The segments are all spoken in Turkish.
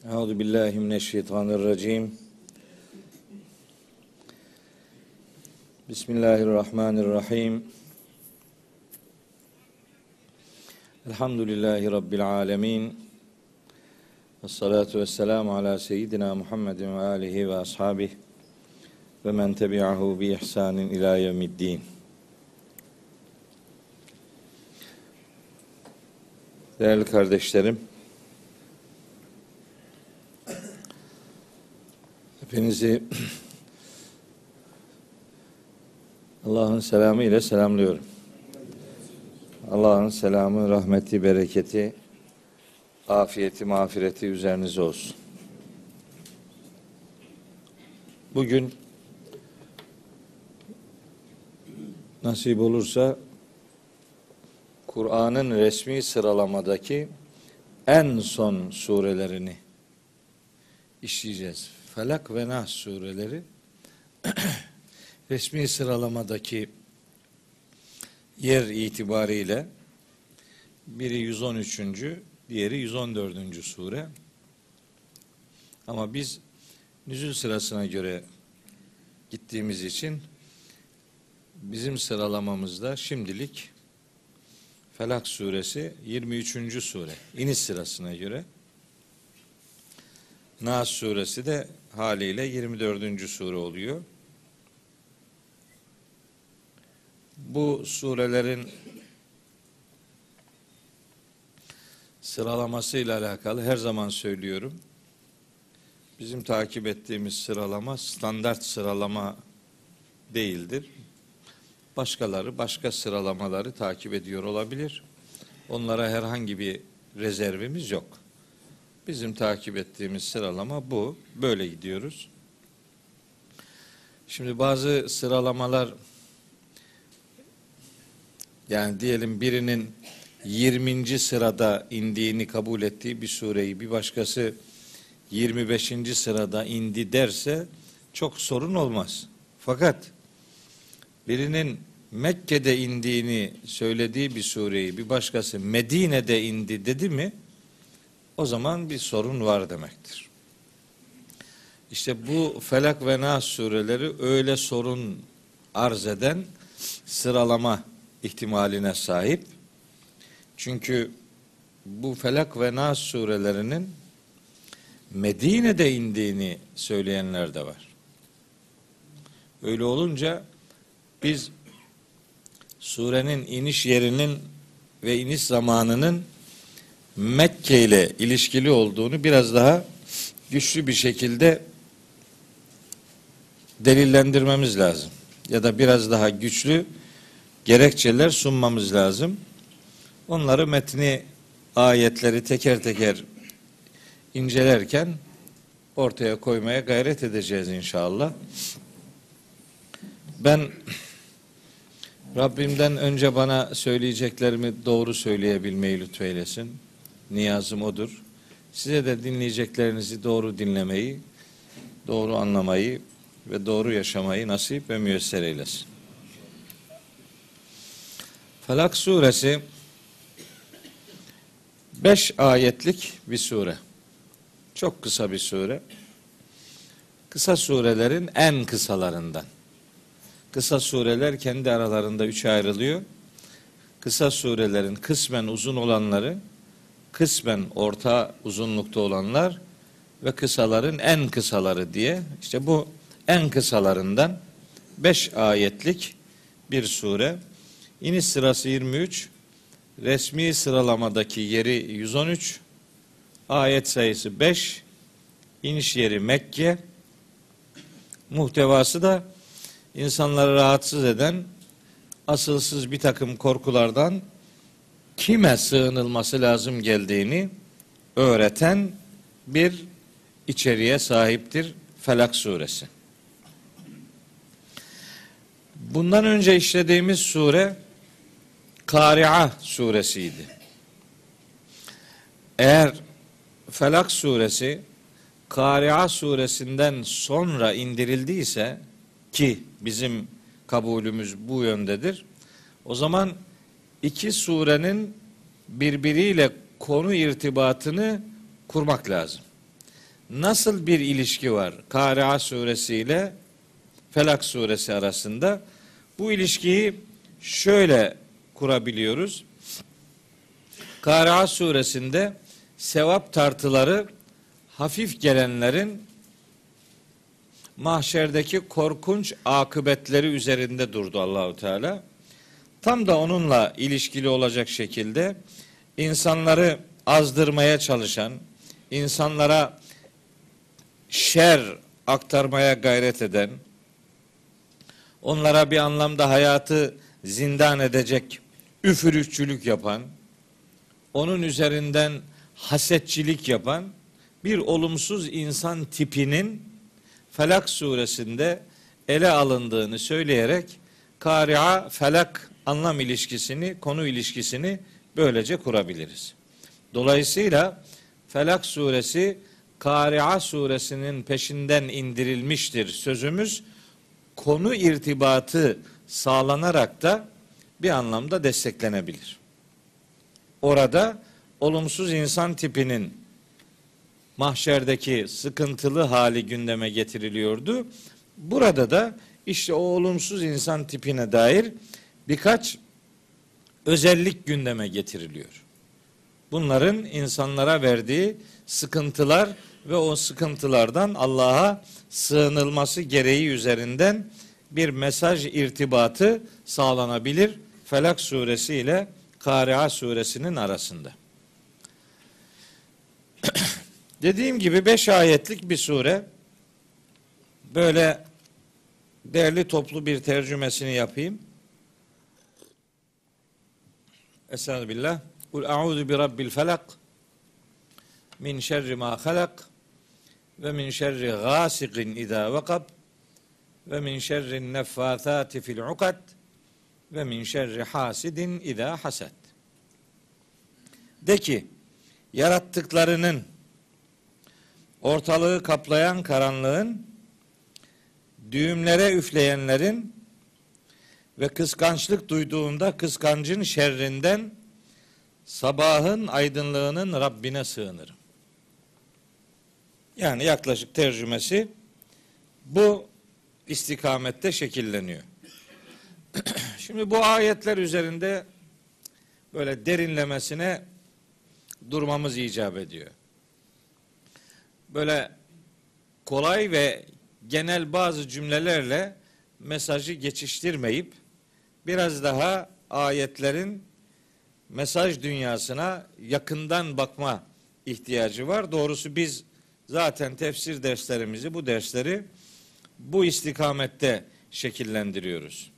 Euzubillahimineşşeytanirracim. Bismillahirrahmanirrahim. Elhamdülillahi Rabbil alemin. Vessalatu vesselamu ala seyyidina Muhammedin ve alihi ve ashabihi ve men tebi'ahu bi ihsanin ila yevmiddin. Değerli kardeşlerim, hepinizi Allah'ın selamı ile selamlıyorum. Allah'ın selamı, rahmeti, bereketi, afiyeti, mağfireti üzerinize olsun. Bugün nasip olursa Kur'an'ın resmi sıralamadaki en son surelerini işleyeceğiz. Felak ve Nas sureleri resmi sıralamadaki yer itibariyle biri 113. diğeri 114. sure. Ama biz nüzul sırasına göre gittiğimiz için bizim sıralamamızda şimdilik Felak suresi 23. sure iniş sırasına göre. Nas suresi de haliyle 24. sure oluyor. Bu surelerin sıralamasıyla alakalı her zaman söylüyorum. Bizim takip ettiğimiz sıralama standart sıralama değildir. Başkaları başka sıralamaları takip ediyor olabilir. Onlara herhangi bir rezervimiz yok. Bizim takip ettiğimiz sıralama bu. Böyle gidiyoruz. Şimdi bazı sıralamalar, yani diyelim birinin 20. sırada indiğini kabul ettiği bir sureyi bir başkası 25. sırada indi derse çok sorun olmaz. Fakat birinin Mekke'de indiğini söylediği bir sureyi bir başkası Medine'de indi dedi mi, o zaman bir sorun var demektir. İşte bu Felak ve Nas sureleri öyle sorun arz eden sıralama ihtimaline sahip. Çünkü bu Felak ve Nas surelerinin Medine'de indiğini söyleyenler de var. Öyle olunca biz surenin iniş yerinin ve iniş zamanının Mekke ile ilişkili olduğunu biraz daha güçlü bir şekilde delillendirmemiz lazım. Ya da biraz daha güçlü gerekçeler sunmamız lazım. Onları metni, ayetleri teker teker incelerken ortaya koymaya gayret edeceğiz inşallah. Ben Rabbimden önce bana söyleyeceklerimi doğru söyleyebilmeyi lütfeylesin. Niyazım odur. Size de dinleyeceklerinizi doğru dinlemeyi, doğru anlamayı ve doğru yaşamayı nasip ve müyesser eylesin. Felak suresi 5 ayetlik bir sure. Çok kısa bir sure. Kısa surelerin en kısalarından. Kısa sureler kendi aralarında 3'e ayrılıyor. Kısa surelerin kısmen uzun olanları, kısmen orta uzunlukta olanlar ve kısaların en kısaları diye, işte bu en kısalarından 5 ayetlik bir sure. İniş sırası 23, resmi sıralamadaki yeri 113, ayet sayısı 5, iniş yeri Mekke, muhtevası da insanları rahatsız eden asılsız bir takım korkulardan kime sığınılması lazım geldiğini öğreten bir içeriğe sahiptir Felak suresi. Bundan önce işlediğimiz sure Kari'a suresiydi. Eğer Felak suresi Kari'a suresinden sonra indirildiyse, ki bizim kabulümüz bu yöndedir, o zaman iki surenin birbiriyle konu irtibatını kurmak lazım. nasıl bir ilişki var Kari'a suresi ile Felak suresi arasında? Bu ilişkiyi şöyle kurabiliyoruz. Kari'a suresinde sevap tartıları hafif gelenlerin mahşerdeki korkunç akıbetleri üzerinde durdu Allahu Teala. Tam da onunla ilişkili olacak şekilde insanları azdırmaya çalışan, insanlara şer aktarmaya gayret eden, onlara bir anlamda hayatı zindan edecek üfürükçülük yapan, onun üzerinden hasetçilik yapan bir olumsuz insan tipinin Felak suresinde ele alındığını söyleyerek Kari'a Felak anlam ilişkisini, konu ilişkisini böylece kurabiliriz. Dolayısıyla Felak suresi Kari'a suresinin peşinden indirilmiştir sözümüz konu irtibatı sağlanarak da bir anlamda desteklenebilir. Orada olumsuz insan tipinin mahşerdeki sıkıntılı hali gündeme getiriliyordu. Burada da işte o olumsuz insan tipine dair birkaç özellik gündeme getiriliyor. Bunların insanlara verdiği sıkıntılar ve o sıkıntılardan Allah'a sığınılması gereği üzerinden bir mesaj irtibatı sağlanabilir Felak suresi ile Kari'a suresinin arasında. Dediğim gibi 5 ayetlik bir sure. Böyle değerli toplu bir tercümesini yapayım. Estağfirullah. Kul a'udhu bi rabbil felak min şerri ma halak ve min şerri gasikin iza vakab ve min şerri neffathati fil ukad ve min şerri hasidin iza hasad. De ki, yarattıklarının ortalığı kaplayan karanlığın, düğümlere üfleyenlerin ve kıskançlık duyduğunda kıskancın şerrinden sabahın aydınlığının Rabbine sığınırım. Yani yaklaşık tercümesi bu istikamette şekilleniyor. Şimdi bu ayetler üzerinde böyle derinlemesine durmamız icap ediyor. Böyle kolay ve genel bazı cümlelerle mesajı geçiştirmeyip biraz daha ayetlerin mesaj dünyasına yakından bakma ihtiyacı var. Doğrusu biz zaten tefsir derslerimizi, bu dersleri bu istikamette şekillendiriyoruz.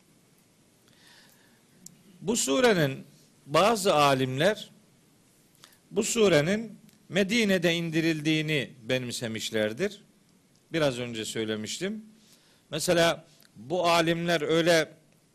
Bu surenin bazı alimler bu surenin Medine'de indirildiğini benimsemişlerdir. Biraz önce söylemiştim. Mesela bu alimler öyle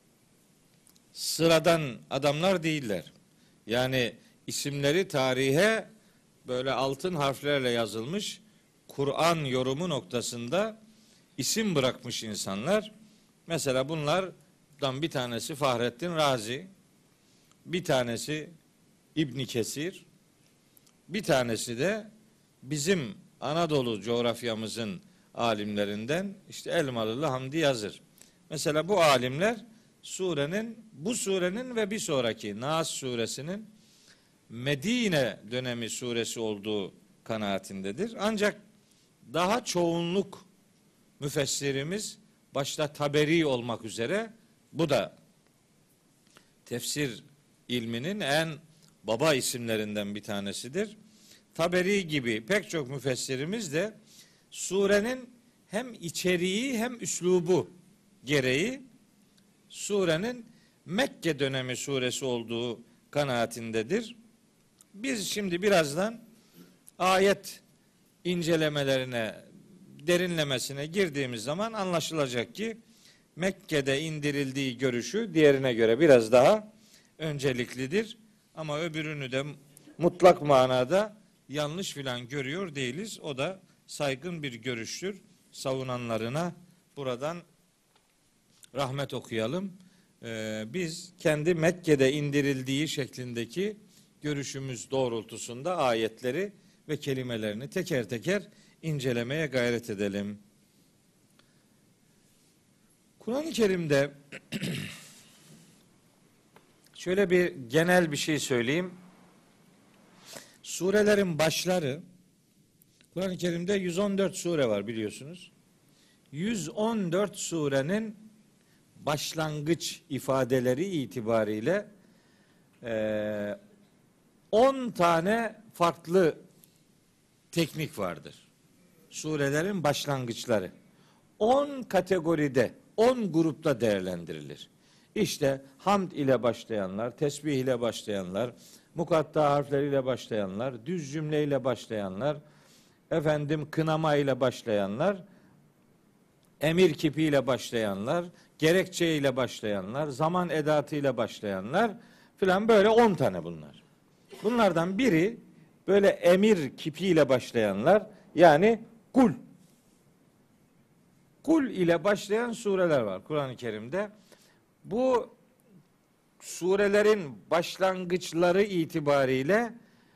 sıradan adamlar değiller. Yani isimleri tarihe böyle altın harflerle yazılmış, Kur'an yorumu noktasında isim bırakmış insanlar. Mesela bunlardan bir tanesi Fahrettin Razi, bir tanesi İbn Kesir, bir tanesi de bizim Anadolu coğrafyamızın alimlerinden işte Elmalılı Hamdi Yazır. Mesela bu alimler bu surenin ve bir sonraki Nas suresinin Medine dönemi suresi olduğu kanaatindedir. Ancak daha çoğunluk müfessirimiz başta Taberi olmak üzere bu da tefsir ilminin en baba isimlerinden bir tanesidir. Taberi gibi pek çok müfessirimiz de surenin hem içeriği hem üslubu gereği surenin Mekke dönemi suresi olduğu kanaatindedir. Biz şimdi birazdan ayet incelemelerine, derinlemesine girdiğimiz zaman anlaşılacak ki Mekke'de indirildiği görüşü diğerine göre biraz daha önceliklidir. Ama öbürünü de mutlak manada yanlış filan görüyor değiliz. O da saygın bir görüştür. Savunanlarına buradan rahmet okuyalım. Biz kendi Mekke'de indirildiği şeklindeki görüşümüz doğrultusunda ayetleri ve kelimelerini teker teker incelemeye gayret edelim. Kur'an-ı Kerim'de şöyle bir genel bir şey söyleyeyim. Surelerin başları, Kur'an-ı Kerim'de 114 sure var biliyorsunuz. 114 surenin başlangıç ifadeleri itibariyle 10 tane farklı teknik vardır. Surelerin başlangıçları. 10 kategoride, 10 grupta değerlendirilir. İşte hamd ile başlayanlar, tesbih ile başlayanlar, mukatta harfleriyle başlayanlar, düz cümleyle başlayanlar, kınama ile başlayanlar, emir kipiyle başlayanlar, gerekçe ile başlayanlar, zaman edatı ile başlayanlar filan, böyle 10 tane bunlar. Bunlardan biri böyle emir kipiyle başlayanlar, yani kul. Kul ile başlayan sureler var Kur'an-ı Kerim'de. Bu surelerin başlangıçları itibariyle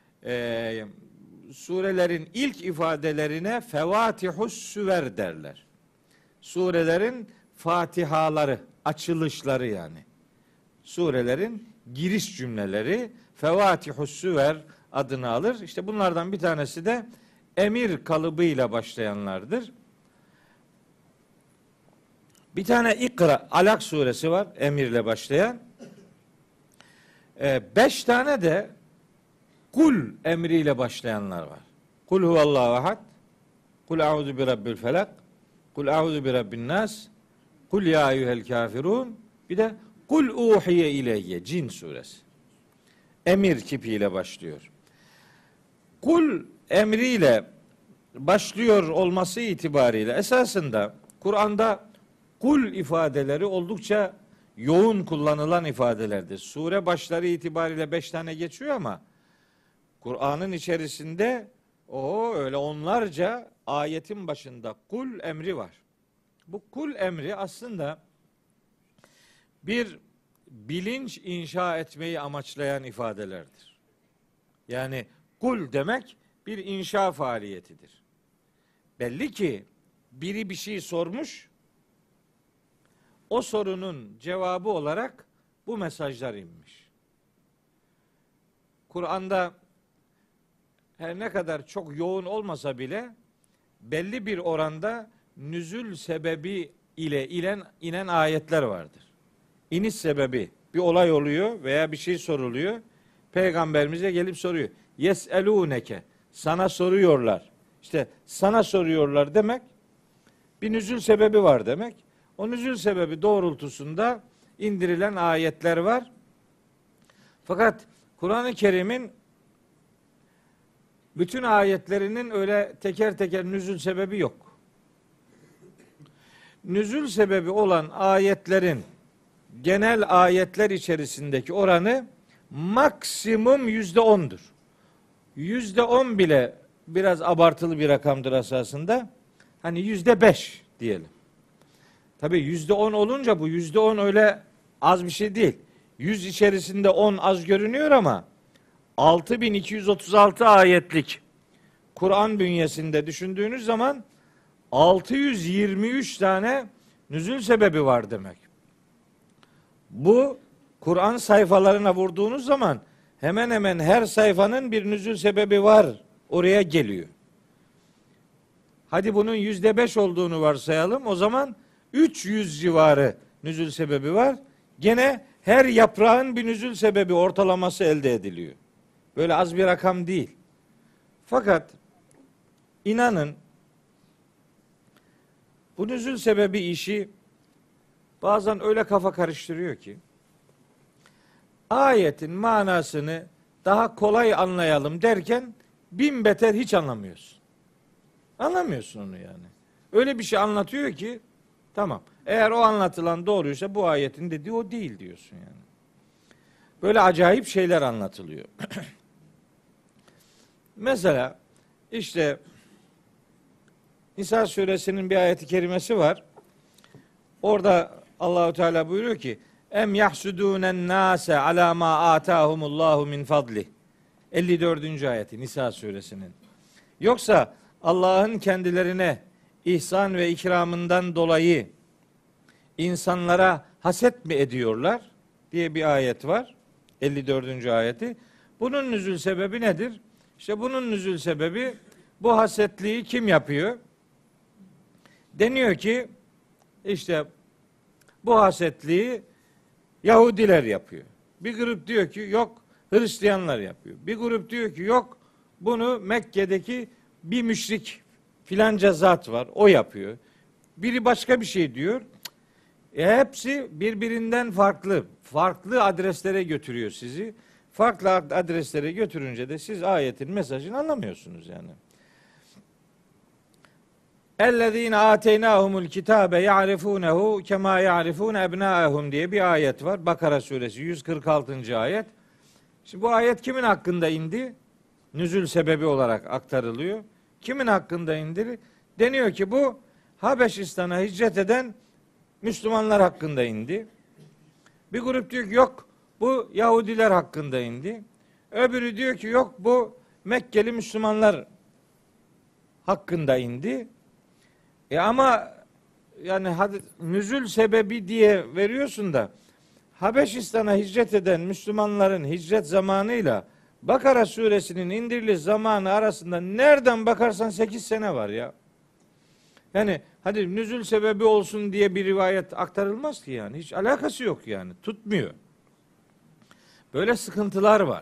surelerin ilk ifadelerine fevatihus süver derler. Surelerin fatihaları, açılışları yani. Surelerin giriş cümleleri fevatihus süver adını alır. İşte bunlardan bir tanesi de emir kalıbıyla başlayanlardır. Bir tane İkra, Alak suresi var emirle başlayan. 5 tane de kul emriyle başlayanlar var. Kul huvallahu ahad, kul a'udhu bi rabbil felak, kul a'udhu bi rabbin nas, kul ya eyyuhel kafirun, bir de kul uhiye ileyye, Cin suresi. Emir kipiyle başlıyor. Kul emriyle başlıyor olması itibariyle esasında Kur'an'da kul ifadeleri oldukça yoğun kullanılan ifadelerdir. Sure başları itibariyle 5 tane geçiyor ama Kur'an'ın içerisinde öyle onlarca ayetin başında kul emri var. Bu kul emri aslında bir bilinç inşa etmeyi amaçlayan ifadelerdir. Yani kul demek bir inşa faaliyetidir. Belli ki biri bir şey sormuş, o sorunun cevabı olarak bu mesajlar inmiş. Kur'an'da her ne kadar çok yoğun olmasa bile belli bir oranda nüzül sebebi ile inen ayetler vardır. İniş sebebi, bir olay oluyor veya bir şey soruluyor. Peygamberimize gelip soruyor. Yes'elûneke, sana soruyorlar. İşte sana soruyorlar demek bir nüzül sebebi var demek. O nüzül sebebi doğrultusunda indirilen ayetler var. Fakat Kur'an-ı Kerim'in bütün ayetlerinin öyle teker teker nüzül sebebi yok. Nüzül sebebi olan ayetlerin genel ayetler içerisindeki oranı maksimum %10'dur. %10 bile biraz abartılı bir rakamdır esasında. Hani %5 diyelim. Tabii %10 olunca bu %10 öyle az bir şey değil. 100 içerisinde 10 az görünüyor ama 6236 ayetlik Kur'an bünyesinde düşündüğünüz zaman 623 tane nüzül sebebi var demek. Bu Kur'an sayfalarına vurduğunuz zaman hemen hemen her sayfanın bir nüzül sebebi var. Oraya geliyor. Hadi bunun %5 olduğunu varsayalım. O zaman 300 civarı nüzül sebebi var. Gene her yaprağın bir nüzül sebebi ortalaması elde ediliyor. Böyle az bir rakam değil. Fakat inanın bu nüzül sebebi işi bazen öyle kafa karıştırıyor ki ayetin manasını daha kolay anlayalım derken bin beter hiç anlamıyorsun. Anlamıyorsun onu yani. Öyle bir şey anlatıyor ki tamam. Eğer o anlatılan doğruysa bu ayetin dediği o değil diyorsun yani. Böyle acayip şeyler anlatılıyor. Mesela işte Nisa suresinin bir ayeti kerimesi var. Orada Allahu Teala buyuruyor ki em yahsudunen nase ala ma atahumullahu min fadli. 54. ayeti Nisa suresinin. Yoksa Allah'ın kendilerine ihsan ve ikramından dolayı insanlara haset mi ediyorlar diye bir ayet var. 54. ayeti. Bunun nüzul sebebi nedir? İşte bunun nüzul sebebi, bu hasetliği kim yapıyor? Deniyor ki işte bu hasetliği Yahudiler yapıyor. Bir grup diyor ki yok Hristiyanlar yapıyor. Bir grup diyor ki yok bunu Mekke'deki bir müşrik filanca zat var o yapıyor. Biri başka bir şey diyor. Hepsi birbirinden farklı. Farklı adreslere götürüyor sizi. Farklı adreslere götürünce de siz ayetin mesajını anlamıyorsunuz yani. اَلَّذ۪ينَ آتَيْنَاهُمُ الْكِتَابَ يَعْرِفُونَهُ كَمَا يَعْرِفُونَ اَبْنَاءَهُمْ diye bir ayet var. Bakara suresi 146. ayet. Şimdi bu ayet kimin hakkında indi? Nüzül sebebi olarak aktarılıyor. Kimin hakkında indi? Deniyor ki bu Habeşistan'a hicret eden Müslümanlar hakkında indi. Bir grup diyor ki yok bu Yahudiler hakkında indi. Öbürü diyor ki yok bu Mekkeli Müslümanlar hakkında indi. Ama yani nüzül sebebi diye veriyorsun da Habeşistan'a hicret eden Müslümanların hicret zamanıyla Bakara suresinin indiriliş zamanı arasında nereden bakarsan 8 sene var ya. Yani hadi nüzül sebebi olsun diye bir rivayet aktarılmaz ki yani. Hiç alakası yok yani. Tutmuyor. Böyle sıkıntılar var.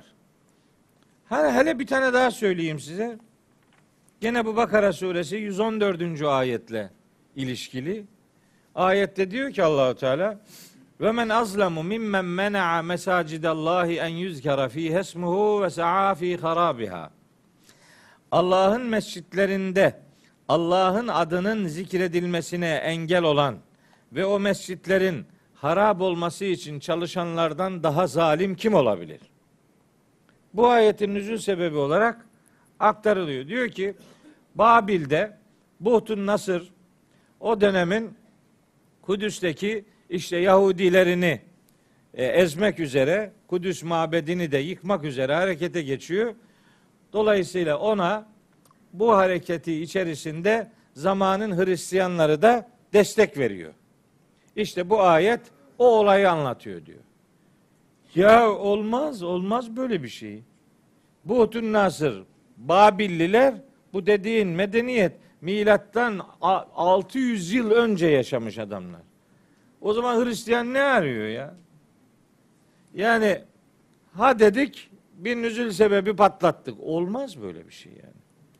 Hele bir tane daha söyleyeyim size. Gene bu Bakara suresi 114. ayetle ilişkili. Ayette diyor ki Allahu Teala ve men azlemu mimmen mena'a mesacidallahi en yuzkara fiha ismuhu ve sa'a fi harabiha. Allah'ın mescitlerinde Allah'ın adının zikredilmesine engel olan ve o mescitlerin harap olması için çalışanlardan daha zalim kim olabilir? Bu ayetin nüzul sebebi olarak aktarılıyor. Diyor ki Babil'de Buhtun Nasır o dönemin Kudüs'teki işte Yahudilerini ezmek üzere Kudüs mabedini de yıkmak üzere harekete geçiyor. Dolayısıyla ona bu hareketi içerisinde zamanın Hristiyanları da destek veriyor. İşte bu ayet o olayı anlatıyor diyor. Ya olmaz böyle bir şey. Buhtun Nasır, Babilliler bu dediğin medeniyet milattan 600 yıl önce yaşamış adamlar. O zaman Hristiyan ne arıyor ya? Yani ha dedik bir nüzül sebebi patlattık. Olmaz böyle bir şey yani.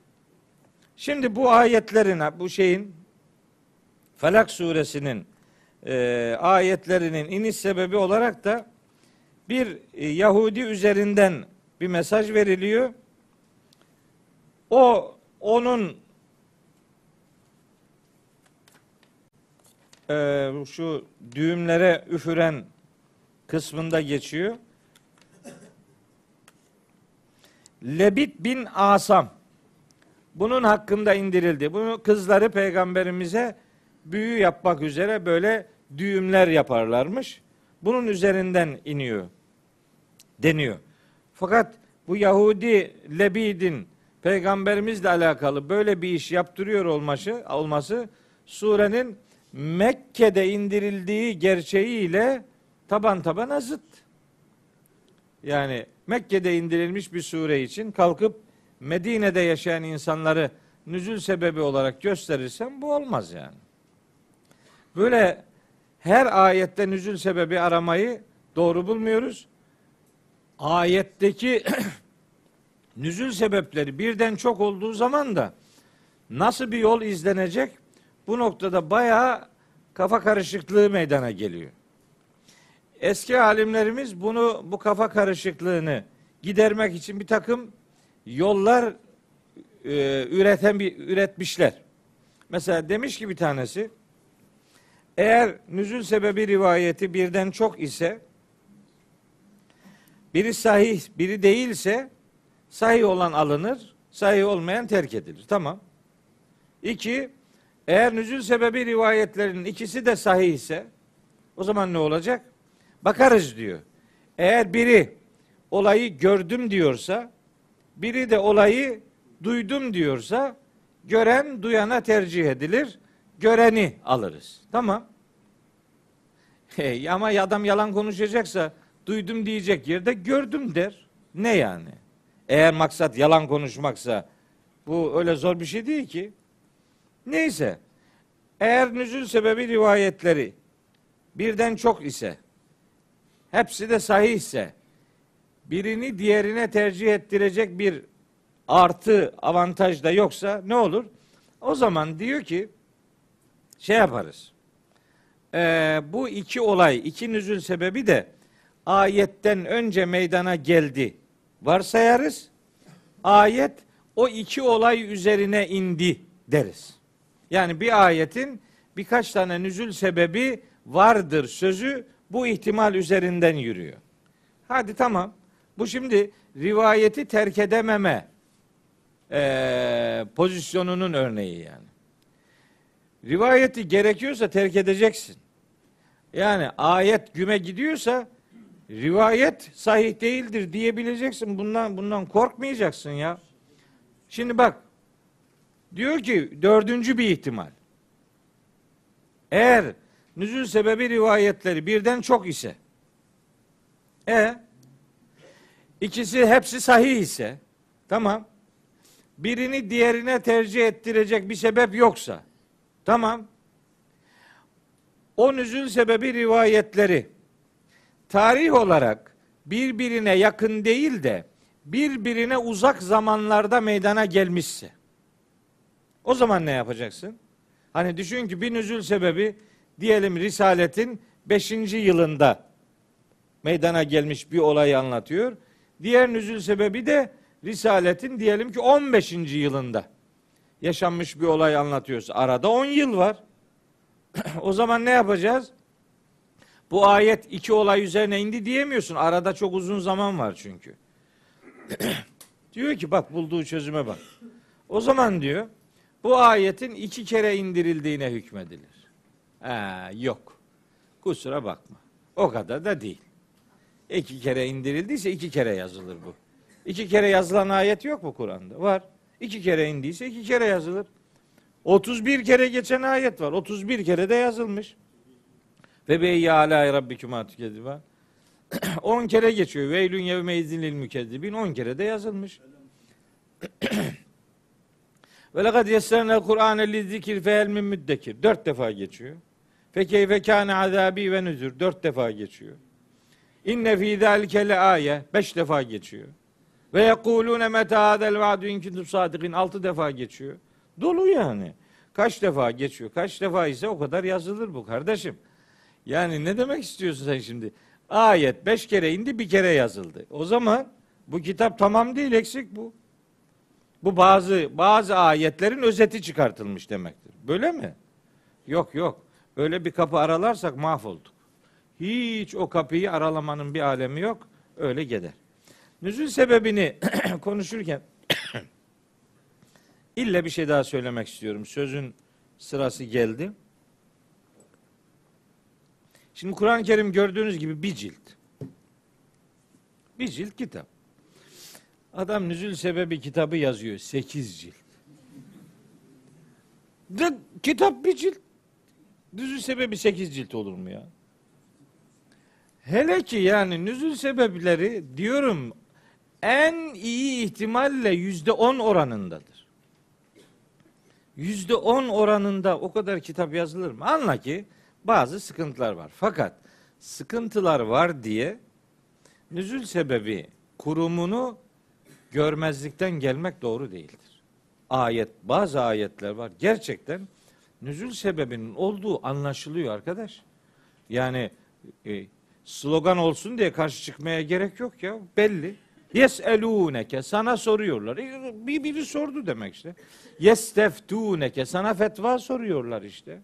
Şimdi bu ayetlerin bu şeyin Felak suresinin ayetlerinin iniş sebebi olarak da bir Yahudi üzerinden bir mesaj veriliyor. Onun şu düğümlere üfüren kısmında geçiyor. Lebit bin Asam bunun hakkında indirildi. Bunu kızları peygamberimize büyü yapmak üzere böyle düğümler yaparlarmış. Bunun üzerinden iniyor deniyor. Fakat bu Yahudi Lebid'in peygamberimizle alakalı böyle bir iş yaptırıyor olması surenin Mekke'de indirildiği gerçeğiyle taban tabana zıt. Yani Mekke'de indirilmiş bir sure için kalkıp Medine'de yaşayan insanları nüzül sebebi olarak gösterirsem bu olmaz yani. Böyle her ayette nüzül sebebi aramayı doğru bulmuyoruz. Ayetteki nüzül sebepleri birden çok olduğu zaman da nasıl bir yol izlenecek? Bu noktada bayağı kafa karışıklığı meydana geliyor. Eski alimlerimiz bu kafa karışıklığını gidermek için bir takım yollar üretmişler. Mesela demiş ki bir tanesi, eğer nüzül sebebi rivayeti birden çok ise, biri sahih, biri değilse, sahih olan alınır, sahih olmayan terk edilir. Tamam. 2, eğer nüzül sebebi rivayetlerinin ikisi de sahih ise, o zaman ne olacak? Bakarız diyor. Eğer biri olayı gördüm diyorsa, biri de olayı Duydum diyorsa gören duyana tercih edilir. Göreni alırız. Tamam. Ama adam yalan konuşacaksa duydum diyecek yerde gördüm der. Ne yani? Eğer maksat yalan konuşmaksa bu öyle zor bir şey değil ki. Neyse. Eğer nüzul sebebi rivayetleri birden çok ise, hepsi de sahih ise, birini diğerine tercih ettirecek bir artı avantaj da yoksa ne olur? O zaman diyor ki şey yaparız. Bu iki olay, iki nüzul sebebi de ayetten önce meydana geldi varsayarız. Ayet o iki olay üzerine indi deriz. Yani bir ayetin birkaç tane nüzul sebebi vardır sözü bu ihtimal üzerinden yürüyor. Hadi tamam. Bu şimdi rivayeti terk edememe pozisyonunun örneği yani. Rivayeti gerekiyorsa terk edeceksin. Yani ayet güme gidiyorsa rivayet sahih değildir diyebileceksin. Bundan korkmayacaksın ya. Şimdi bak diyor ki dördüncü bir ihtimal. Eğer nüzul sebebi rivayetleri birden çok ise ikisi hepsi sahih ise tamam. Birini diğerine tercih ettirecek bir sebep yoksa tamam. O nüzul sebebi rivayetleri tarih olarak birbirine yakın değil de birbirine uzak zamanlarda meydana gelmişse o zaman ne yapacaksın? Hani düşün ki bir nüzul sebebi diyelim Risaletin 5. yılında meydana gelmiş bir olayı anlatıyor. Diğer nüzul sebebi de Risaletin diyelim ki 15. yılında yaşanmış bir olay anlatıyorsa arada 10 yıl var. O zaman ne yapacağız? Bu ayet iki olay üzerine indi diyemiyorsun. Arada çok uzun zaman var çünkü. Diyor ki bak bulduğu çözüme bak. O zaman diyor bu ayetin iki kere indirildiğine hükmedilir. Yok. Kusura bakma. O kadar da değil. İki kere indirildiyse iki kere yazılır bu. İki kere yazılan ayet yok mu Kur'an'da? Var. İki kere indiyse iki kere yazılır. 31 kere geçen ayet var. 31 kere de yazılmış. Ve beyye alâ rabbikuma tükezziban. 10 kere geçiyor. Veylün yevme izinlil mükezzibin 10 kere de yazılmış. Ve lekad yessernel Kur'ane lizzikir fehel min müddekir. 4 defa geçiyor. Fekeyfe kâne azâbî ve nüzür. 4 defa geçiyor. İnne fî zâlike le âye. 5 defa geçiyor. Ve yekûlûne metâ hâzel vaadu in kuntum sâdikin. 6 defa geçiyor. Dolu yani. Kaç defa geçiyor? Kaç defa ise o kadar yazılır bu kardeşim. Yani ne demek istiyorsun sen şimdi? Ayet 5 kere indi, bir kere yazıldı. O zaman bu kitap tamam değil, eksik bu. Bu bazı ayetlerin özeti çıkartılmış demektir. Böyle mi? Yok. Öyle bir kapı aralarsak mahvolduk. Hiç o kapıyı aralamanın bir alemi yok. Öyle gider. Nüzul sebebini konuşurken illa bir şey daha söylemek istiyorum. Sözün sırası geldi. Şimdi Kur'an-ı Kerim gördüğünüz gibi bir cilt. Bir cilt kitap. Adam nüzul sebebi kitabı yazıyor. 8 cilt. Kitap bir cilt. Nüzul sebebi 8 cilt olur mu ya? Hele ki yani nüzul sebepleri diyorum en iyi ihtimalle %10 oranındadır. %10 oranında o kadar kitap yazılır mı? Anla ki bazı sıkıntılar var. Fakat sıkıntılar var diye nüzul sebebi kurumunu görmezlikten gelmek doğru değildir. Bazı ayetler var. Gerçekten nüzul sebebinin olduğu anlaşılıyor arkadaş. Yani slogan olsun diye karşı çıkmaya gerek yok ya. Belli. Yeselûneke sana soruyorlar. Biri sordu demek işte. Yesteftûneke sana fetva soruyorlar işte.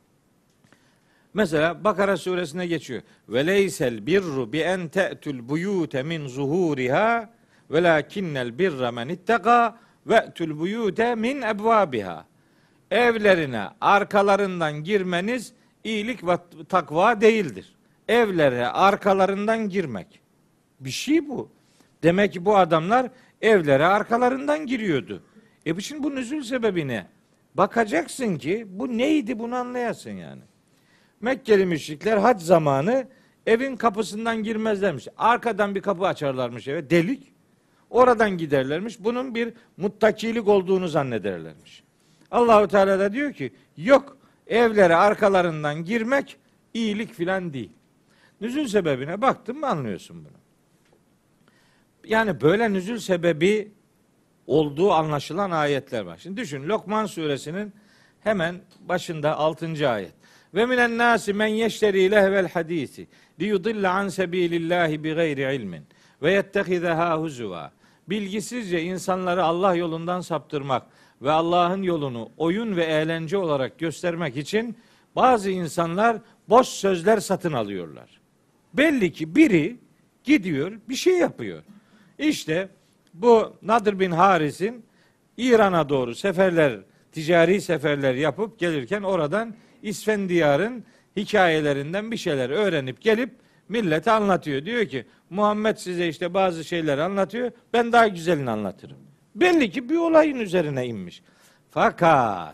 Mesela Bakara suresine geçiyor. Ve leysel birru bi en te'tul buyute min zuhuriha velakinnel birra men itteka ve'tul buyute min ebvabiha. Evlerine arkalarından girmeniz iyilik ve takva değildir. Evlere arkalarından girmek. Bir şey bu. Demek ki bu adamlar evlere arkalarından giriyordu. Şimdi bu nüzul sebebine bakacaksın ki bu neydi, bunu anlayasın yani. Mekkeli müşrikler hac zamanı evin kapısından girmezlermiş. Arkadan bir kapı açarlarmış eve, delik. Oradan giderlermiş. Bunun bir muttakilik olduğunu zannederlermiş. Allahu Teala da diyor ki yok, evlere arkalarından girmek iyilik filan değil. Nüzul sebebine baktın mı anlıyorsun bunu. Yani böyle nüzul sebebi olduğu anlaşılan ayetler var. Şimdi düşün, Lokman suresinin hemen başında 6. ayet. Ve minen nasi men yeşteri lehvel hadisi li yudilla an sebilillahi bi gayri ilmin ve yettehizaha huzuva. Bilgisizce insanları Allah yolundan saptırmak ve Allah'ın yolunu oyun ve eğlence olarak göstermek için bazı insanlar boş sözler satın alıyorlar. Belli ki biri gidiyor bir şey yapıyor. İşte bu Nadir bin Haris'in İran'a doğru ticari seferler yapıp gelirken oradan İsfendiyar'ın hikayelerinden bir şeyler öğrenip gelip millete anlatıyor. Diyor ki Muhammed size işte bazı şeyler anlatıyor. Ben daha güzelini anlatırım. Belli ki bir olayın üzerine inmiş. Fakat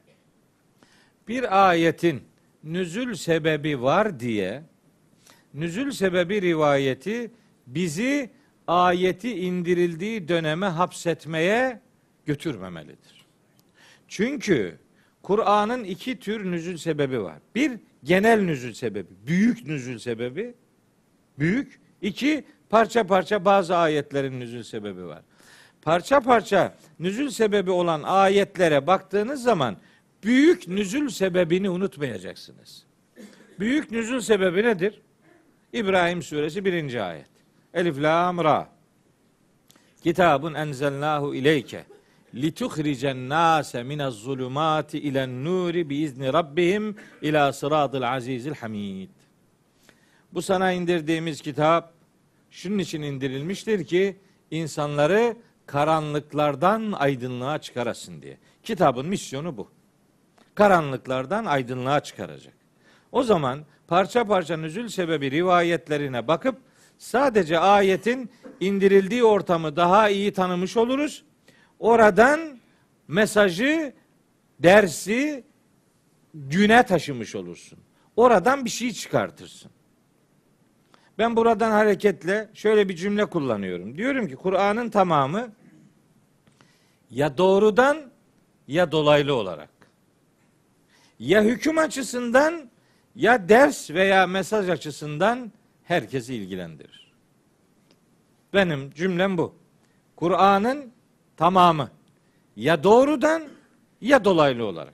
bir ayetin nüzul sebebi var diye nüzul sebebi rivayeti bizi ayeti indirildiği döneme hapsetmeye götürmemelidir. Çünkü Kur'an'ın 2 tür nüzul sebebi var. Bir, genel nüzul sebebi, büyük nüzul sebebi, büyük. 2, parça parça bazı ayetlerin nüzul sebebi var. Parça parça nüzul sebebi olan ayetlere baktığınız zaman büyük nüzul sebebini unutmayacaksınız. Büyük nüzul sebebi nedir? İbrahim suresi 1. ayet. Elif lam ra. Kitabun enzelnahu ileyke lituhricen nase minez zulumati ilen nuri biizni rabbihim ila sıradil azizil hamid. Bu sana indirdiğimiz kitap şunun için indirilmiştir ki insanları karanlıklardan aydınlığa çıkarasın diye. Kitabın misyonu bu. Karanlıklardan aydınlığa çıkaracak. O zaman parça parça nüzul sebebi rivayetlerine bakıp sadece ayetin indirildiği ortamı daha iyi tanımış oluruz. Oradan mesajı, dersi güne taşımış olursun. Oradan bir şey çıkartırsın. Ben buradan hareketle şöyle bir cümle kullanıyorum. Diyorum ki Kur'an'ın tamamı ya doğrudan ya dolaylı olarak, ya hüküm açısından ya ders veya mesaj açısından herkesi ilgilendirir. Benim cümlem bu. Kur'an'ın tamamı ya doğrudan ya dolaylı olarak,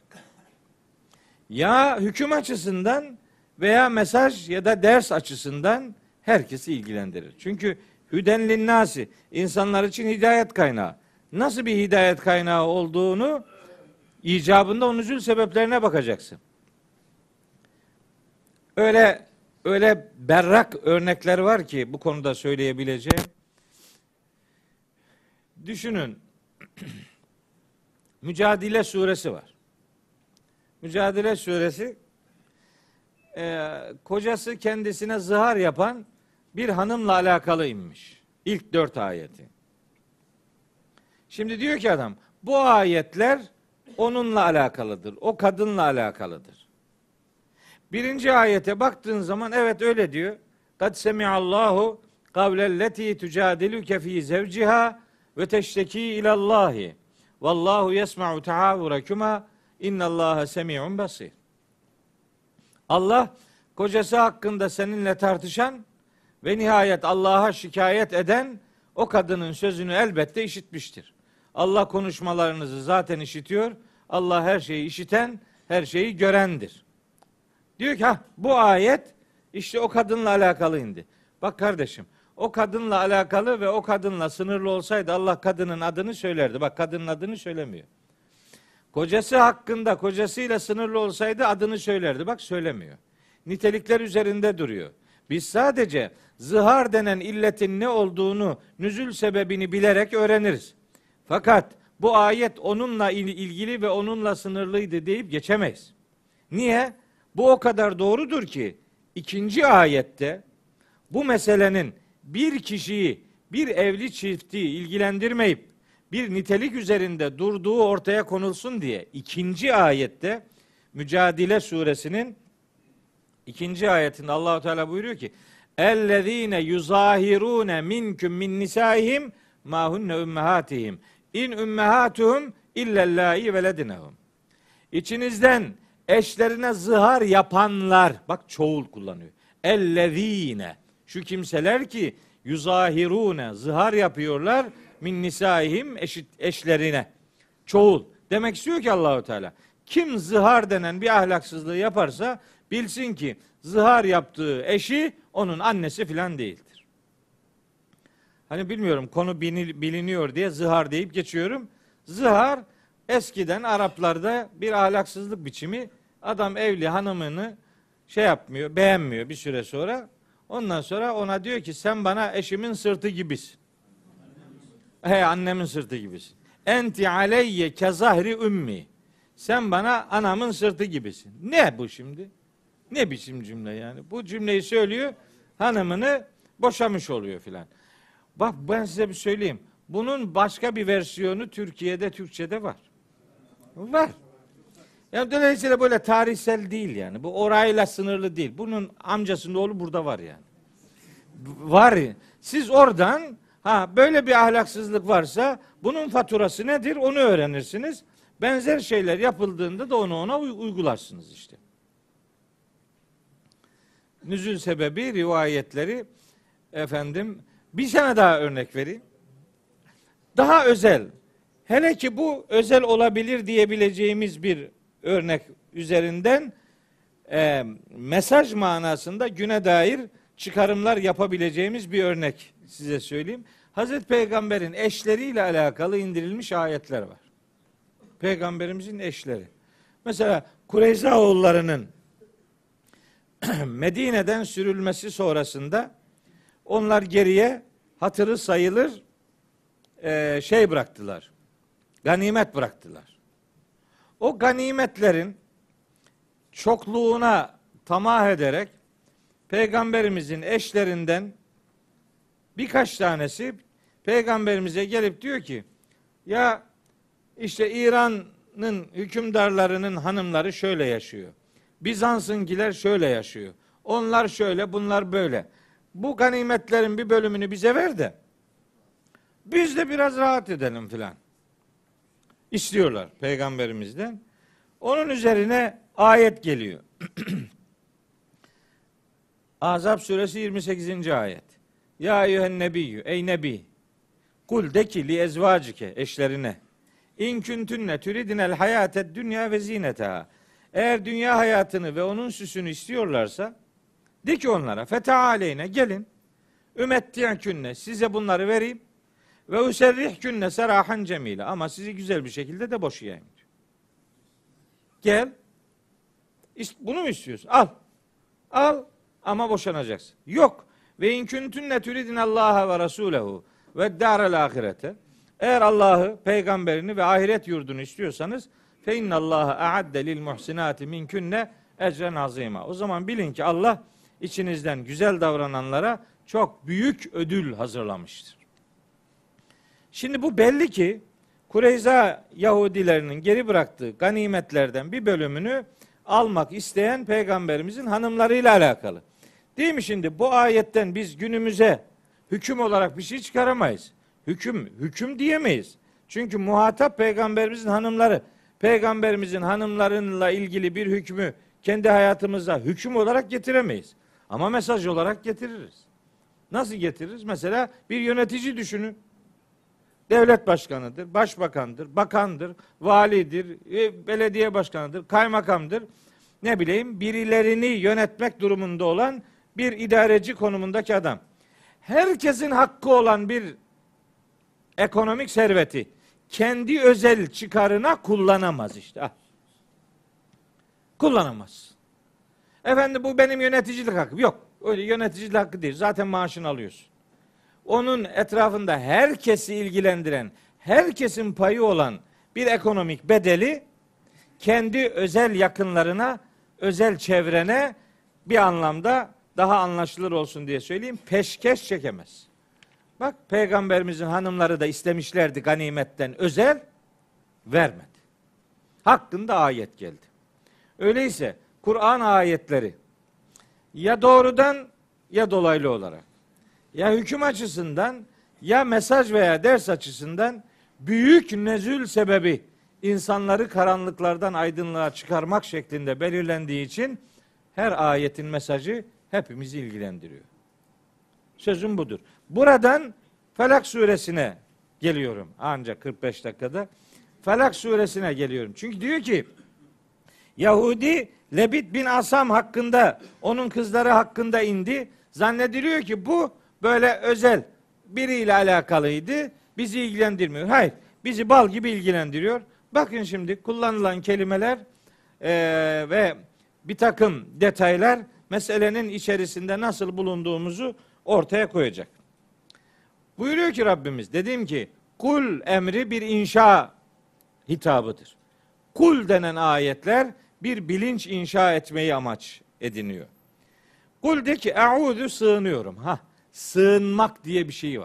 ya hüküm açısından veya mesaj ya da ders açısından herkesi ilgilendirir. Çünkü hüden linnâsi, insanlar için hidayet kaynağı. Nasıl bir hidayet kaynağı olduğunu icabında o nüzul sebeplerine bakacaksın. Öyle berrak örnekler var ki bu konuda söyleyebileceğim. Düşünün. Mücadele suresi var. Mücadele suresi kocası kendisine zihar yapan bir hanımla alakalı inmiş. İlk 4 ayeti. Şimdi diyor ki adam, bu ayetler onunla alakalıdır. O kadınla alakalıdır. 1. ayete baktığın zaman evet öyle diyor. Kad semi'allahu kavlelleti tucadiluke fi zevciha ve teşteki ilallahi. Vallahu yesma'u tahavurakuma innallaha semi'un basir. Allah kocası hakkında seninle tartışan ve nihayet Allah'a şikayet eden o kadının sözünü elbette işitmiştir. Allah konuşmalarınızı zaten işitiyor. Allah her şeyi işiten, her şeyi görendir. Diyor ki bu ayet işte o kadınla alakalı indi. Bak kardeşim, o kadınla alakalı ve o kadınla sınırlı olsaydı Allah kadının adını söylerdi. Bak kadının adını söylemiyor. Kocası hakkında kocasıyla sınırlı olsaydı adını söylerdi. Bak söylemiyor. Nitelikler üzerinde duruyor. Biz sadece zihar denen illetin ne olduğunu, nüzul sebebini bilerek öğreniriz. Fakat bu ayet onunla ilgili ve onunla sınırlıydı deyip geçemeyiz. Niye? Bu o kadar doğrudur ki 2. ayette bu meselenin bir kişiyi, bir evli çifti ilgilendirmeyip bir nitelik üzerinde durduğu ortaya konulsun diye ikinci ayette Mücadele suresinin ikinci ayetinde Allahu Teala buyuruyor ki ellezine yuzahirune minkum min nisaihim ma hunne ummahatihim in ummahatuhum illellâhi veledinehum. İçinizden eşlerine zihar yapanlar, bak çoğul kullanıyor. Ellezine, şu kimseler ki yuzahirune, zihar yapıyorlar min nisaihim, eşlerine. Çoğul. Demek istiyor ki Allahu Teala, kim zihar denen bir ahlaksızlığı yaparsa bilsin ki zihar yaptığı eşi onun annesi filan değildir. Hani bilmiyorum, konu biliniyor diye zihar deyip geçiyorum. Zihar eskiden Araplarda bir ahlaksızlık biçimi. Adam evli hanımını şey yapmıyor, beğenmiyor bir süre sonra. Ondan sonra ona diyor ki sen bana eşimin sırtı gibisin. Annemin sırtı gibisin. Enti aleyye kezahri ümmi. Sen bana anamın sırtı gibisin. Ne bu şimdi? Ne biçim cümle yani? Bu cümleyi söylüyor, hanımını boşamış oluyor filan. Bak ben size bir söyleyeyim. Bunun başka bir versiyonu Türkiye'de, Türkçe'de var. Var. Yani dolayısıyla böyle tarihsel değil yani. Bu orayla sınırlı değil. Bunun amcasının oğlu burada var yani. Var. Siz oradan böyle bir ahlaksızlık varsa bunun faturası nedir onu öğrenirsiniz. Benzer şeyler yapıldığında da onu ona uygularsınız işte. Nüzül sebebi, rivayetleri, bir tane daha örnek vereyim. Daha özel, hele ki bu özel olabilir diyebileceğimiz bir örnek üzerinden mesaj manasında güne dair çıkarımlar yapabileceğimiz bir örnek size söyleyeyim. Hazreti Peygamber'in eşleriyle alakalı indirilmiş ayetler var. Peygamberimizin eşleri. Mesela Kureyza oğullarının Medine'den sürülmesi sonrasında onlar geriye hatırı sayılır bıraktılar. Ganimet bıraktılar. O ganimetlerin çokluğuna tamah ederek Peygamberimizin eşlerinden birkaç tanesi Peygamberimize gelip diyor ki ya işte İran'ın hükümdarlarının hanımları şöyle yaşıyor. Bizans'ınkiler şöyle yaşıyor. Onlar şöyle, bunlar böyle. Bu ganimetlerin bir bölümünü bize ver de biz de biraz rahat edelim filan. İstiyorlar Peygamberimizden. Onun üzerine ayet geliyor. Ahzab suresi 28. ayet. Ya eyyühen nebiyyü, ey nebi, kul de ki li ezvacike, eşlerine, İn küntünne türidinel hayated dünya ve zineteha. Eğer dünya hayatını ve onun süsünü istiyorlarsa de ki onlara fetealeyne gelin ümmettiyekünne size bunları vereyim ve userrihkünne serahan cemile ama sizi güzel bir şekilde de boşayayım diyor. Gel. Bunu mu istiyorsun? Al. Al ama boşanacaksın. Yok. Ve in küntünne turidinallaha ve rasulehu ve dârel ahirete. Eğer Allah'ı, peygamberini ve ahiret yurdunu istiyorsanız fe innallaha a'adde lil muhsinati minkünne ecren azima. O zaman bilin ki Allah içinizden güzel davrananlara çok büyük ödül hazırlamıştır. Şimdi bu belli ki Kureyza Yahudilerinin geri bıraktığı ganimetlerden bir bölümünü almak isteyen peygamberimizin hanımlarıyla alakalı. Değil mi şimdi? Bu ayetten biz günümüze hüküm olarak bir şey çıkaramayız. Hüküm diyemeyiz. Çünkü muhatap peygamberimizin hanımları. Peygamberimizin hanımlarıyla ilgili bir hükmü kendi hayatımıza hüküm olarak getiremeyiz. Ama mesaj olarak getiririz. Nasıl getiririz? Mesela bir yönetici düşünün. Devlet başkanıdır, başbakandır, bakandır, validir, belediye başkanıdır, kaymakamdır. Ne bileyim, birilerini yönetmek durumunda olan bir idareci konumundaki adam. Herkesin hakkı olan bir ekonomik serveti kendi özel çıkarına kullanamaz işte. Kullanamaz. Efendim bu benim yöneticilik hakkım. Yok. Öyle yöneticilik hakkı değil. Zaten maaşını alıyorsun. Onun etrafında herkesi ilgilendiren, herkesin payı olan bir ekonomik bedeli kendi özel yakınlarına, özel çevrene bir anlamda daha anlaşılır olsun diye söyleyeyim, peşkeş çekemez. Bak peygamberimizin hanımları da istemişlerdi ganimetten özel, vermedi. Hakkında ayet geldi. Öyleyse Kur'an ayetleri ya doğrudan ya dolaylı olarak, ya hüküm açısından ya mesaj veya ders açısından büyük nezül sebebi insanları karanlıklardan aydınlığa çıkarmak şeklinde belirlendiği için her ayetin mesajı hepimizi ilgilendiriyor. Sözüm budur. Buradan Felak suresine geliyorum. Ancak 45 dakikada. Felak suresine geliyorum. Çünkü diyor ki Yahudi Lebit bin Asam hakkında, onun kızları hakkında indi. Zannediliyor ki bu böyle özel biriyle alakalıydı. Bizi ilgilendirmiyor. Hayır. Bizi bal gibi ilgilendiriyor. Bakın şimdi kullanılan kelimeler ve bir takım detaylar meselenin içerisinde nasıl bulunduğumuzu ortaya koyacak. Buyuruyor ki Rabbimiz, dedim ki kul emri bir inşa hitabıdır. Kul denen ayetler bir bilinç inşa etmeyi amaç ediniyor. Kul de ki e'udu, sığınıyorum. Sığınmak diye bir şey var.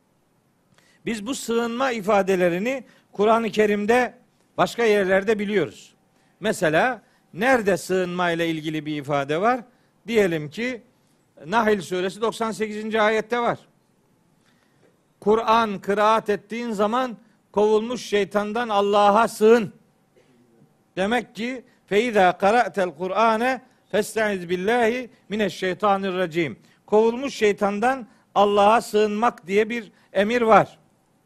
Biz bu sığınma ifadelerini Kur'an-ı Kerim'de başka yerlerde biliyoruz. Mesela nerede sığınma ile ilgili bir ifade var? Diyelim ki Nahl suresi 98. ayette var. Kur'an kıraat ettiğin zaman kovulmuş şeytandan Allah'a sığın. Demek ki feiza qara'tel Kur'ane festaiz billahi mineşşeytanirracim. Kovulmuş şeytandan Allah'a sığınmak diye bir emir var.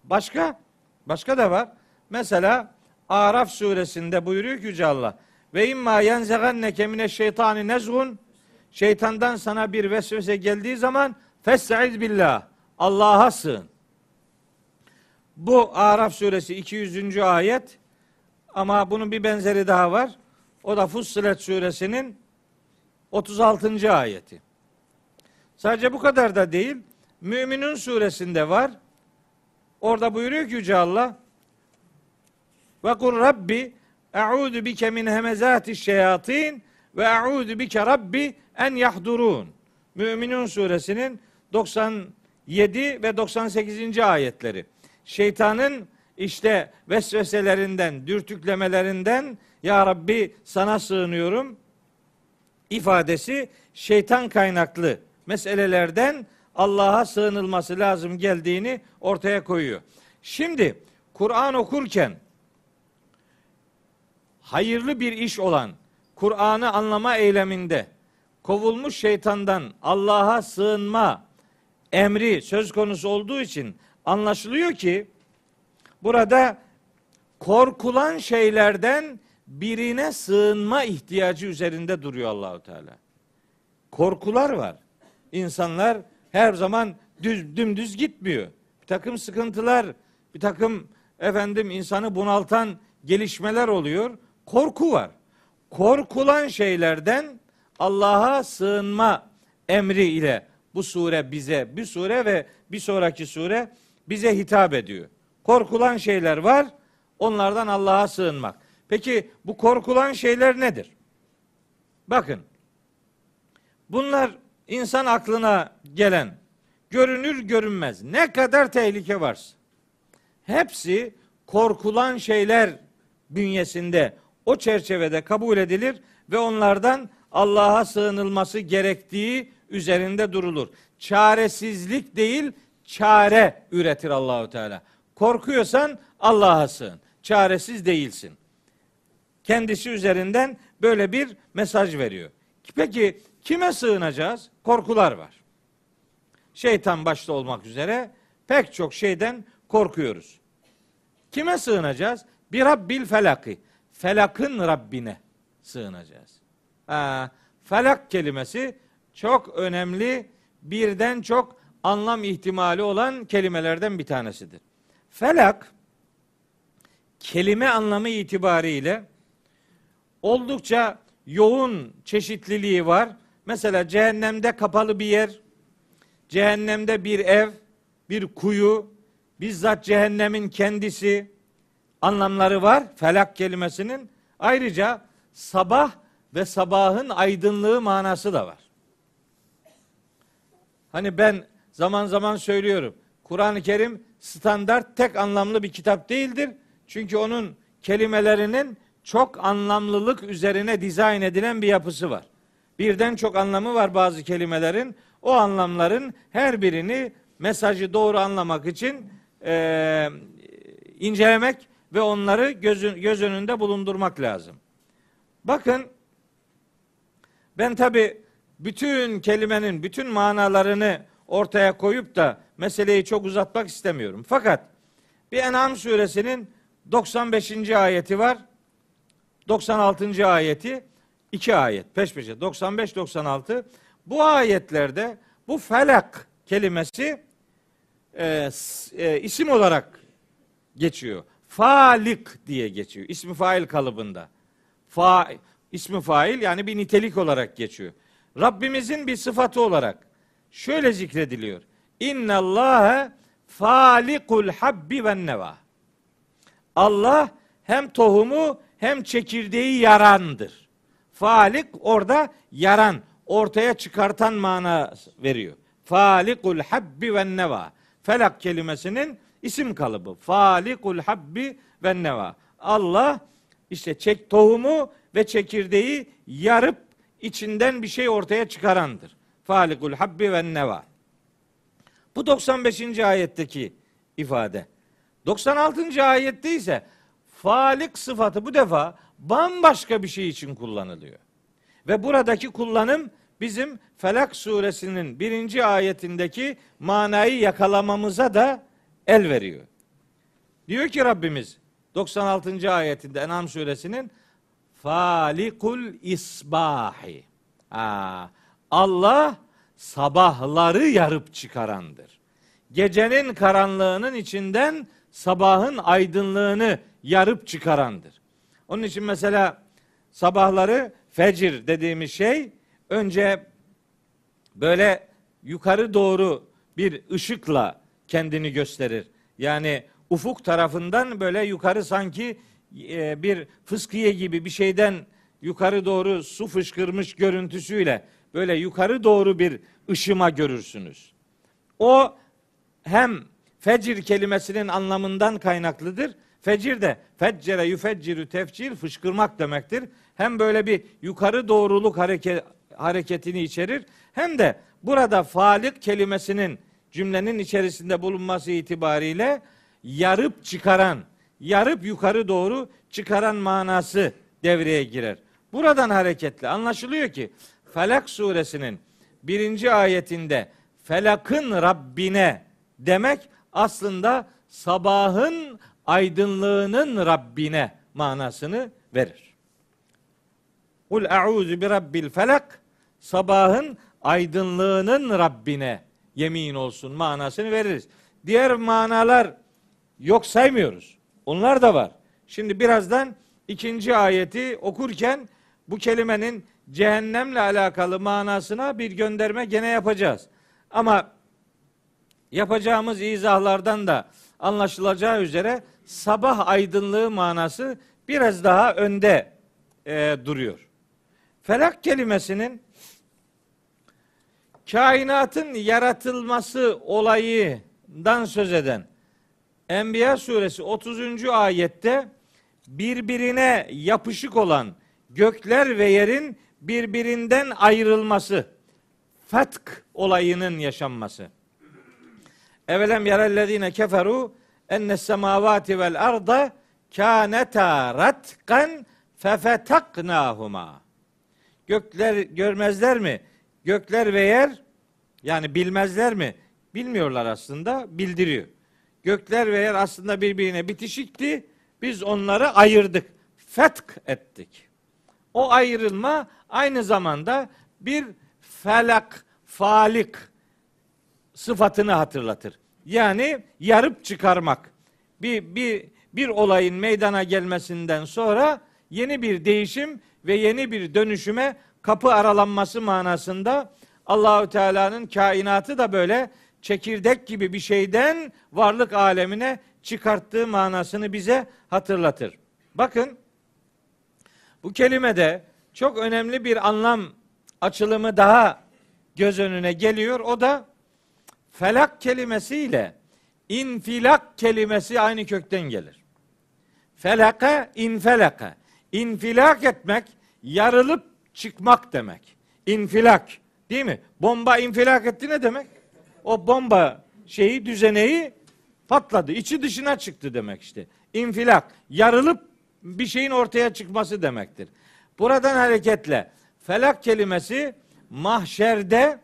Başka da var. Mesela Araf suresinde buyuruyor ki Yüce Allah, ve imma yenzeganneke mineşşeytani nezgun, şeytandan sana bir vesvese geldiği zaman festaiz billah, Allah'a sığın. Bu Araf suresi 200. ayet, ama bunun bir benzeri daha var. O da Fussilet suresinin 36. ayeti. Sadece bu kadar da değil. Müminun suresinde var. Orada buyuruyor ki Yüce Allah, ve kur Rabbi e'udu bike min hemezati şeyatin ve e'udu bike Rabbi en yahdurun. Müminun suresinin 97 ve 98. ayetleri. Şeytanın işte vesveselerinden, dürtüklemelerinden ya Rabbi sana sığınıyorum ifadesi şeytan kaynaklı meselelerden Allah'a sığınılması lazım geldiğini ortaya koyuyor. Şimdi Kur'an okurken hayırlı bir iş olan Kur'an'ı anlama eyleminde kovulmuş şeytandan Allah'a sığınma emri söz konusu olduğu için anlaşılıyor ki burada korkulan şeylerden birine sığınma ihtiyacı üzerinde duruyor Allahu Teala. Korkular var. İnsanlar her zaman dümdüz gitmiyor. Bir takım sıkıntılar, bir takım insanı bunaltan gelişmeler oluyor. Korku var. Korkulan şeylerden Allah'a sığınma emri ile bu sure bize, bir sure ve bir sonraki sure bize hitap ediyor. Korkulan şeyler var, onlardan Allah'a sığınmak. Peki bu korkulan şeyler nedir? Bakın, bunlar insan aklına gelen, görünür görünmez ne kadar tehlike varsa, hepsi korkulan şeyler bünyesinde, o çerçevede kabul edilir ve onlardan Allah'a sığınılması gerektiği üzerinde durulur. Çaresizlik değil, çare üretir Allahu Teala. Korkuyorsan Allah'a sığın. Çaresiz değilsin. Kendisi üzerinden böyle bir mesaj veriyor. Peki kime sığınacağız? Korkular var. Şeytan başta olmak üzere pek çok şeyden korkuyoruz. Kime sığınacağız? Bir Rabbil felaki. Felakın Rabbine sığınacağız. Felak kelimesi çok önemli, birden çok anlam ihtimali olan kelimelerden bir tanesidir. Felak kelime anlamı itibariyle oldukça yoğun çeşitliliği var. Mesela cehennemde kapalı bir yer, cehennemde bir ev, bir kuyu, bizzat cehennemin kendisi anlamları var felak kelimesinin. Ayrıca sabah ve sabahın aydınlığı manası da var. Hani ben zaman zaman söylüyorum. Kur'an-ı Kerim standart tek anlamlı bir kitap değildir. Çünkü onun kelimelerinin çok anlamlılık üzerine dizayn edilen bir yapısı var. Birden çok anlamı var bazı kelimelerin. O anlamların her birini mesajı doğru anlamak için incelemek ve onları göz önünde bulundurmak lazım. Bakın, ben tabi bütün kelimenin bütün manalarını ortaya koyup da meseleyi çok uzatmak istemiyorum. Fakat bir En'am suresinin 95. ayeti var. 96. ayeti, 2 ayet peş peşe, 95-96. Bu ayetlerde bu felak kelimesi isim olarak geçiyor. Falik diye geçiyor. İsmi fail kalıbında. İsmi fail, yani bir nitelik olarak geçiyor. Rabbimizin bir sıfatı olarak şöyle zikrediliyor. İnnallâhe falikul habbi ven neva. Allah hem tohumu hem çekirdeği yarandır. Falik orada yaran, ortaya çıkartan mana veriyor. Falikul habbi ven neva. Felak kelimesinin isim kalıbı. Falikul habbi ven neva. Allah işte tohumu ve çekirdeği yarıp içinden bir şey ortaya çıkarandır. Falikul habbi ven neva. Bu 95. ayetteki ifade. 96. ayette ise falik sıfatı bu defa bambaşka bir şey için kullanılıyor. Ve buradaki kullanım bizim Felak suresinin 1. ayetindeki manayı yakalamamıza da el veriyor. Diyor ki Rabbimiz 96. ayetinde En'am suresinin falikul isbahi. Allah sabahları yarıp çıkarandır. Gecenin karanlığının içinden sabahın aydınlığını yarıp çıkarandır. Onun için mesela sabahları fecir dediğimiz şey önce böyle yukarı doğru bir ışıkla kendini gösterir. Yani ufuk tarafından böyle yukarı sanki bir fıskiye gibi bir şeyden yukarı doğru su fışkırmış görüntüsüyle böyle yukarı doğru bir ışıma görürsünüz. O hem fecir kelimesinin anlamından kaynaklıdır. Fecir de feccere yüfeccirü tefcir, fışkırmak demektir. Hem böyle bir yukarı doğruluk hareketini içerir, hem de burada falik kelimesinin cümlenin içerisinde bulunması itibariyle yarıp çıkaran, yarıp yukarı doğru çıkaran manası devreye girer. Buradan hareketle anlaşılıyor ki Felak suresinin 1. ayetinde felakın Rabbine demek aslında sabahın aydınlığının Rabbine manasını verir. Kul a'udhu bi rabbil felak, sabahın aydınlığının Rabbine yemin olsun manasını veririz. Diğer manalar yok saymıyoruz. Onlar da var. Şimdi birazdan 2. ayeti okurken bu kelimenin cehennemle alakalı manasına bir gönderme gene yapacağız. Ama yapacağımız izahlardan da anlaşılacağı üzere sabah aydınlığı manası biraz daha önde duruyor. Felak kelimesinin kainatın yaratılması olayından söz eden Enbiya suresi 30. ayette birbirine yapışık olan gökler ve yerin birbirinden ayrılması, fetk olayının yaşanması. Evelem yerellezine keferu ennes semavati vel arda kâneta ratkan fefetaknâhuma. Gökler görmezler mi? Gökler ve yer, yani bilmezler mi? Bilmiyorlar aslında, bildiriyor. Gökler ve yer aslında birbirine bitişikti. Biz onları ayırdık. Fetk ettik. O ayrılma aynı zamanda bir felak, falik sıfatını hatırlatır. Yani yarıp çıkarmak. Bir olayın meydana gelmesinden sonra yeni bir değişim ve yeni bir dönüşüme kapı aralanması manasında Allahü Teala'nın kainatı da böyle çekirdek gibi bir şeyden varlık alemine çıkarttığı manasını bize hatırlatır. Bakın, bu kelimede çok önemli bir anlam açılımı daha göz önüne geliyor. O da felak kelimesiyle İnfilak kelimesi aynı kökten gelir. Felaka, infelaka. İnfilak etmek, yarılıp çıkmak demek. İnfilak, değil mi? Bomba infilak etti ne demek? O bomba düzeneği patladı. İçi dışına çıktı demek işte. İnfilak, yarılıp bir şeyin ortaya çıkması demektir. Buradan hareketle felak kelimesi mahşerde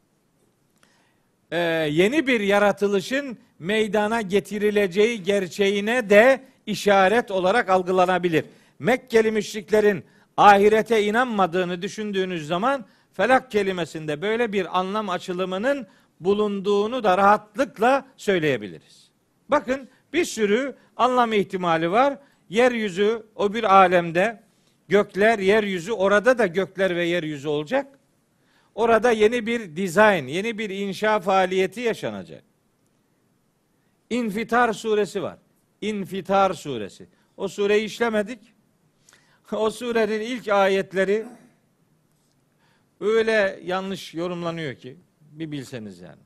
yeni bir yaratılışın meydana getirileceği gerçeğine de işaret olarak algılanabilir. Mekkeli müşriklerin ahirete inanmadığını düşündüğünüz zaman felak kelimesinde böyle bir anlam açılımının bulunduğunu da rahatlıkla söyleyebiliriz. Bakın bir sürü anlam ihtimali var. Yeryüzü o bir alemde, gökler, yeryüzü, orada da gökler ve yeryüzü olacak. Orada yeni bir dizayn, yeni bir inşa faaliyeti yaşanacak. İnfitar suresi var. İnfitar suresi. O sureyi işlemedik. O surenin ilk ayetleri öyle yanlış yorumlanıyor ki bir bilseniz yani.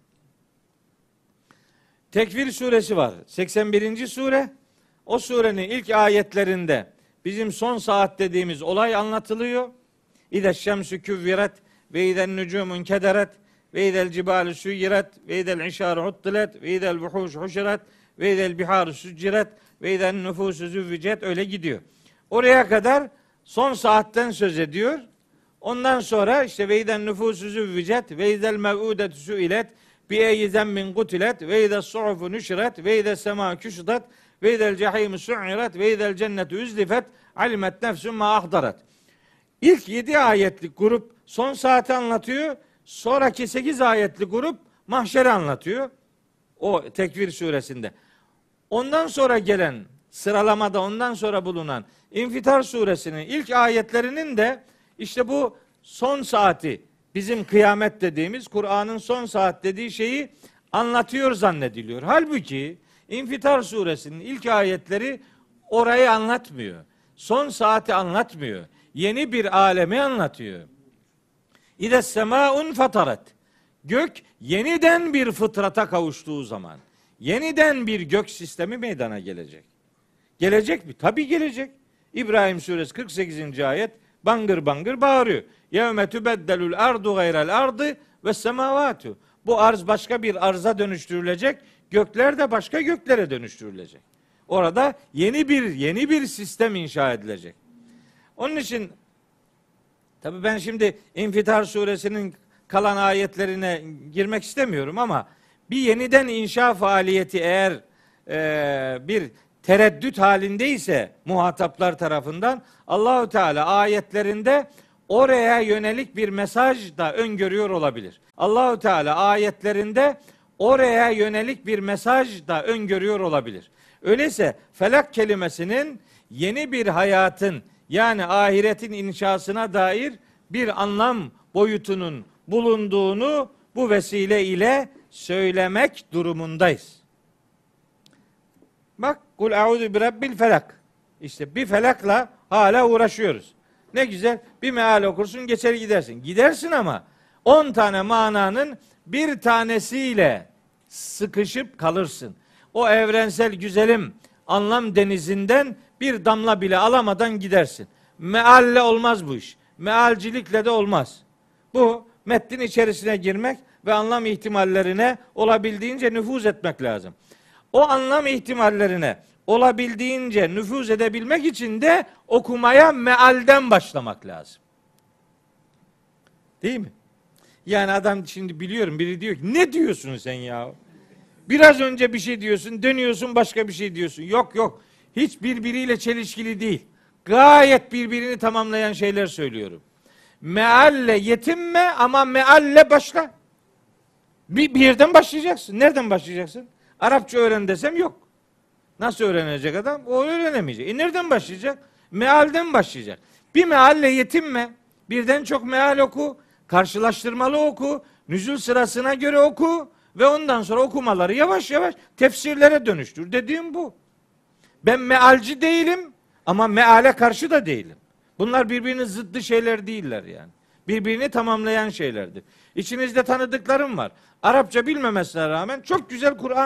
Tekvir suresi var. 81. sure. O surenin ilk ayetlerinde bizim son saat dediğimiz olay anlatılıyor. İde şemsü küvviret ve idel nucumun kederet ve idel cibalu suyiret ve idel işaru huttilet ve idel buhuş huşiret ve idel biharu suciret ve idel nüfusu züvvicet, öyle gidiyor. Oraya kadar son saatten söz ediyor. Ondan sonra işte ve idel nüfusu züvvicet ve idel mev'udet suilet bi eyyi zembin kutilet ve idel suhufu nüşret ve idel sema küşidet ve idel cehimu su'iret ve idel cennetu üzlifet alimet nefsün ma ahdaret. İlk 7 ayetlik grup son saati anlatıyor. Sonraki 8 ayetli grup mahşeri anlatıyor. O Tekvir suresinde. Ondan sonra gelen sıralamada ondan sonra bulunan İnfitar suresinin ilk ayetlerinin de işte bu son saati, bizim kıyamet dediğimiz, Kur'an'ın son saat dediği şeyi anlatıyor zannediliyor. Halbuki İnfitar suresinin ilk ayetleri orayı anlatmıyor. Son saati anlatmıyor. Yeni bir alemi anlatıyor. İde semaun fataret. Gök yeniden bir fıtrata kavuştuğu zaman, yeniden bir gök sistemi meydana gelecek. Gelecek mi? Tabii gelecek. İbrahim suresi 48. ayet bangır bangır bağırıyor. Yevme tübeddelül ardu gayrel ardı ve semavatu. Bu arz başka bir arza dönüştürülecek. Gökler de başka göklere dönüştürülecek. Orada yeni bir sistem inşa edilecek. Onun için tabii ben şimdi İnfitar suresinin kalan ayetlerine girmek istemiyorum ama bir yeniden inşa faaliyeti eğer bir tereddüt halindeyse muhataplar tarafından, Allahu Teala ayetlerinde oraya yönelik bir mesaj da öngörüyor olabilir. Allahu Teala ayetlerinde oraya yönelik bir mesaj da öngörüyor olabilir. Öyleyse felak kelimesinin yeni bir hayatın, yani ahiretin inşasına dair bir anlam boyutunun bulunduğunu bu vesile ile söylemek durumundayız. Bak, kul a'udhu bi rabbil felak. İşte bir felakla hala uğraşıyoruz. Ne güzel, bir meal okursun geçer gidersin. Gidersin ama 10 tane mananın bir tanesiyle sıkışıp kalırsın. O evrensel güzelim anlam denizinden bir damla bile alamadan gidersin. Mealle olmaz bu iş. Mealcilikle de olmaz. Bu metnin içerisine girmek ve anlam ihtimallerine olabildiğince nüfuz etmek lazım. O anlam ihtimallerine olabildiğince nüfuz edebilmek için de okumaya mealden başlamak lazım. Değil mi? Yani adam şimdi biliyorum, biri diyor ki ne diyorsun sen ya? Biraz önce bir şey diyorsun, dönüyorsun başka bir şey diyorsun. Yok. Hiç birbiriyle çelişkili değil. Gayet birbirini tamamlayan şeyler söylüyorum. Mealle yetinme ama mealle başla. Bir yerden başlayacaksın. Nereden başlayacaksın? Arapça öğren desem yok. Nasıl öğrenecek adam? O öğrenemeyecek. Nereden başlayacak? Mealden başlayacak. Bir mealle yetinme. Birden çok meal oku. Karşılaştırmalı oku. Nüzul sırasına göre oku. Ve ondan sonra okumaları yavaş yavaş tefsirlere dönüştür. Dediğim bu. Ben mealci değilim ama meale karşı da değilim. Bunlar birbirinin zıddı şeyler değiller yani. Birbirini tamamlayan şeylerdir. İçinizde tanıdıklarım var. Arapça bilmemesine rağmen çok güzel Kur'an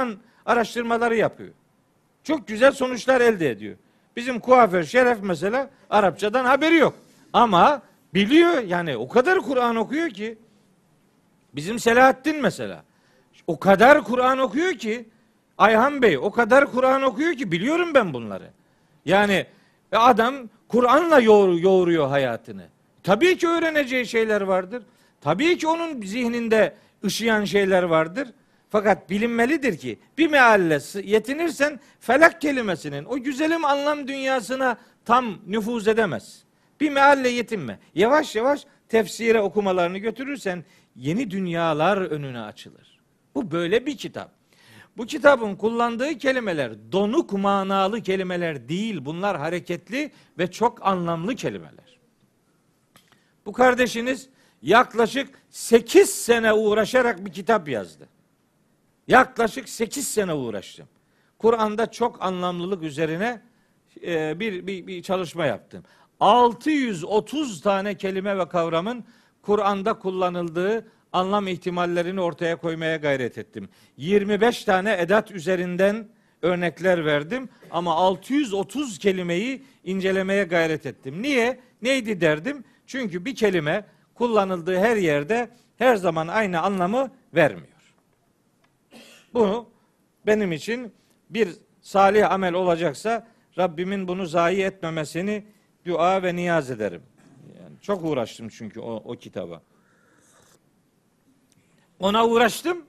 araştırmaları yapıyor. Çok güzel sonuçlar elde ediyor. Bizim kuaför Şeref mesela Arapçadan haberi yok. Ama biliyor, yani o kadar Kur'an okuyor ki. Bizim Selahattin mesela o kadar Kur'an okuyor ki, Ayhan Bey o kadar Kur'an okuyor ki biliyorum ben bunları. Yani adam Kur'an'la yoğuruyor hayatını. Tabii ki öğreneceği şeyler vardır. Tabii ki onun zihninde ışıyan şeyler vardır. Fakat bilinmelidir ki bir mealle yetinirsen felak kelimesinin o güzelim anlam dünyasına tam nüfuz edemez. Bir mealle yetinme. Yavaş yavaş tefsire okumalarını götürürsen yeni dünyalar önüne açılır. Bu böyle bir kitap. Bu kitabın kullandığı kelimeler donuk manalı kelimeler değil. Bunlar hareketli ve çok anlamlı kelimeler. Bu kardeşiniz yaklaşık 8 sene uğraşarak bir kitap yazdı. Yaklaşık 8 sene uğraştım. Kur'an'da çok anlamlılık üzerine bir çalışma yaptım. 630 tane kelime ve kavramın Kur'an'da kullanıldığı anlam ihtimallerini ortaya koymaya gayret ettim. 25 tane edat üzerinden örnekler verdim ama 630 kelimeyi incelemeye gayret ettim. Niye? Neydi derdim? Çünkü bir kelime kullanıldığı her yerde her zaman aynı anlamı vermiyor. Bunu benim için bir salih amel olacaksa Rabbimin bunu zayi etmemesini dua ve niyaz ederim. Yani çok uğraştım çünkü o kitaba. Ona uğraştım.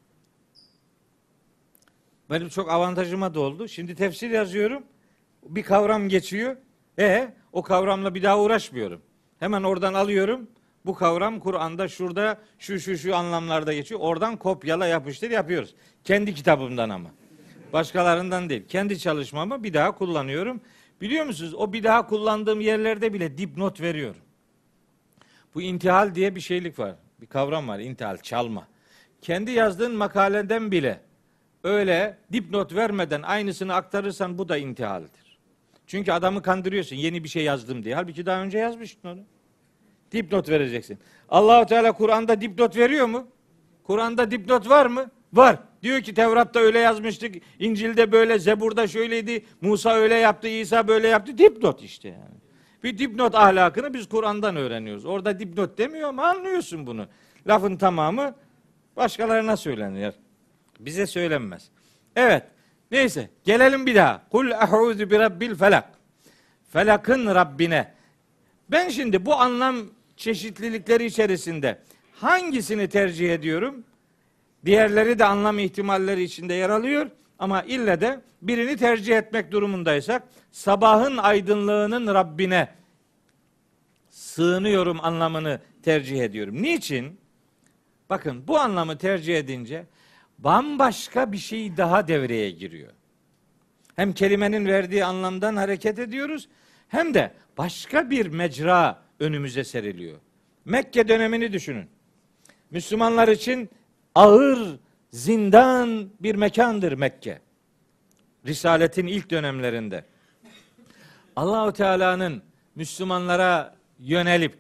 Benim çok avantajıma da oldu. Şimdi tefsir yazıyorum. Bir kavram geçiyor. O kavramla bir daha uğraşmıyorum. Hemen oradan alıyorum. Bu kavram Kur'an'da şurada şu anlamlarda geçiyor. Oradan kopyala yapıştır yapıyoruz. Kendi kitabımdan ama. Başkalarından değil. Kendi çalışmamı bir daha kullanıyorum. Biliyor musunuz? O bir daha kullandığım yerlerde bile dipnot veriyorum. Bu intihal diye bir şeylik var. Bir kavram var. İntihal, çalma. Kendi yazdığın makaleden bile öyle dipnot vermeden aynısını aktarırsan bu da intihaldir. Çünkü adamı kandırıyorsun. Yeni bir şey yazdım diye. Halbuki daha önce yazmıştın onu. Dipnot vereceksin. Allah-u Teala Kur'an'da dipnot veriyor mu? Kur'an'da dipnot var mı? Var. Diyor ki Tevrat'ta öyle yazmıştık. İncil'de böyle, Zebur'da şöyleydi. Musa öyle yaptı, İsa böyle yaptı. Dipnot işte yani. Bir dipnot ahlakını biz Kur'an'dan öğreniyoruz. Orada dipnot demiyor ama anlıyorsun bunu. Lafın tamamı başkalarına söylenir. Bize söylenmez. Evet. Neyse. Gelelim bir daha. Kul e'ûzü bi rabbil felak. Felakın Rabbine. Ben şimdi bu anlam çeşitlilikleri içerisinde hangisini tercih ediyorum? Diğerleri de anlam ihtimalleri içinde yer alıyor ama ille de birini tercih etmek durumundaysak sabahın aydınlığının Rabbine sığınıyorum anlamını tercih ediyorum. Niçin? Bakın bu anlamı tercih edince bambaşka bir şey daha devreye giriyor. Hem kelimenin verdiği anlamdan hareket ediyoruz hem de başka bir mecra önümüze seriliyor. Mekke dönemini düşünün. Müslümanlar için ağır, zindan bir mekandır Mekke. Risaletin ilk dönemlerinde. Allah-u Teala'nın Müslümanlara yönelip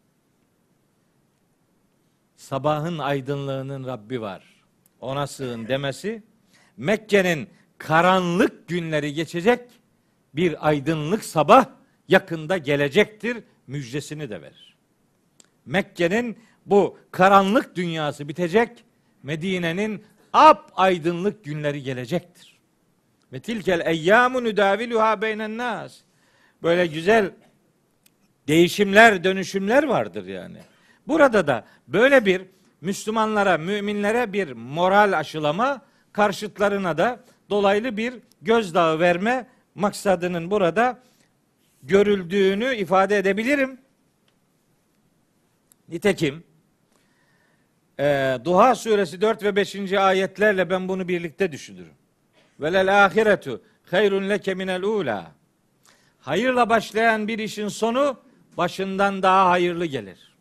sabahın aydınlığının Rabbi var, ona sığın demesi, Mekke'nin karanlık günleri geçecek, bir aydınlık sabah yakında gelecektir müjdesini de verir. Mekke'nin bu karanlık dünyası bitecek, Medine'nin aydınlık günleri gelecektir. Ve tilkel eyyamu nudaviluha beynen nas. Böyle güzel değişimler, dönüşümler vardır yani. Burada da böyle bir Müslümanlara, müminlere bir moral aşılama, karşıtlarına da dolaylı bir gözdağı verme maksadının burada görüldüğünü ifade edebilirim. Nitekim Duha suresi 4 ve 5. ayetlerle ben bunu birlikte düşünürüm. Velel ahiretu hayrun leke minel ula. Hayırla başlayan bir işin sonu başından daha hayırlı gelir.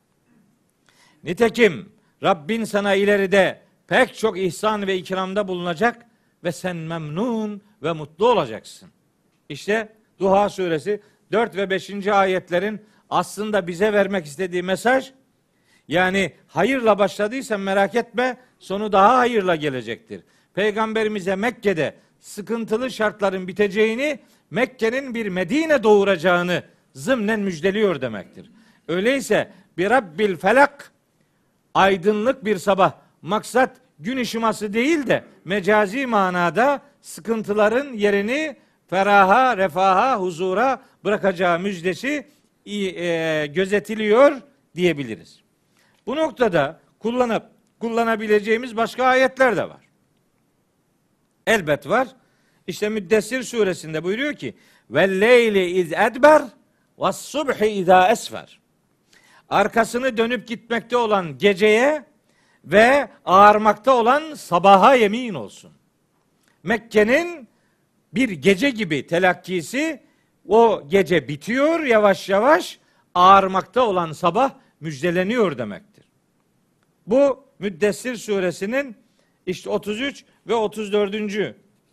Nitekim Rabbin sana ileride pek çok ihsan ve ikramda bulunacak ve sen memnun ve mutlu olacaksın. İşte Duha suresi 4 ve 5. ayetlerin aslında bize vermek istediği mesaj, yani hayırla başladıysan merak etme, sonu daha hayırla gelecektir. Peygamberimize Mekke'de sıkıntılı şartların biteceğini, Mekke'nin bir Medine doğuracağını zımnen müjdeliyor demektir. Öyleyse bir Rabbil felak, aydınlık bir sabah, maksat gün ışıması değil de mecazi manada sıkıntıların yerini feraha, refaha, huzura bırakacağı müjdesi gözetiliyor diyebiliriz. Bu noktada kullanabileceğimiz başka ayetler de var. Elbet var. İşte Müddessir suresinde buyuruyor ki ve leyli iz edber ve subhi izâ esfer. Arkasını dönüp gitmekte olan geceye ve ağarmakta olan sabaha yemin olsun. Mekke'nin bir gece gibi telakkisi, o gece bitiyor yavaş yavaş, ağarmakta olan sabah müjdeleniyor demektir. Bu Müddessir suresinin işte 33 ve 34.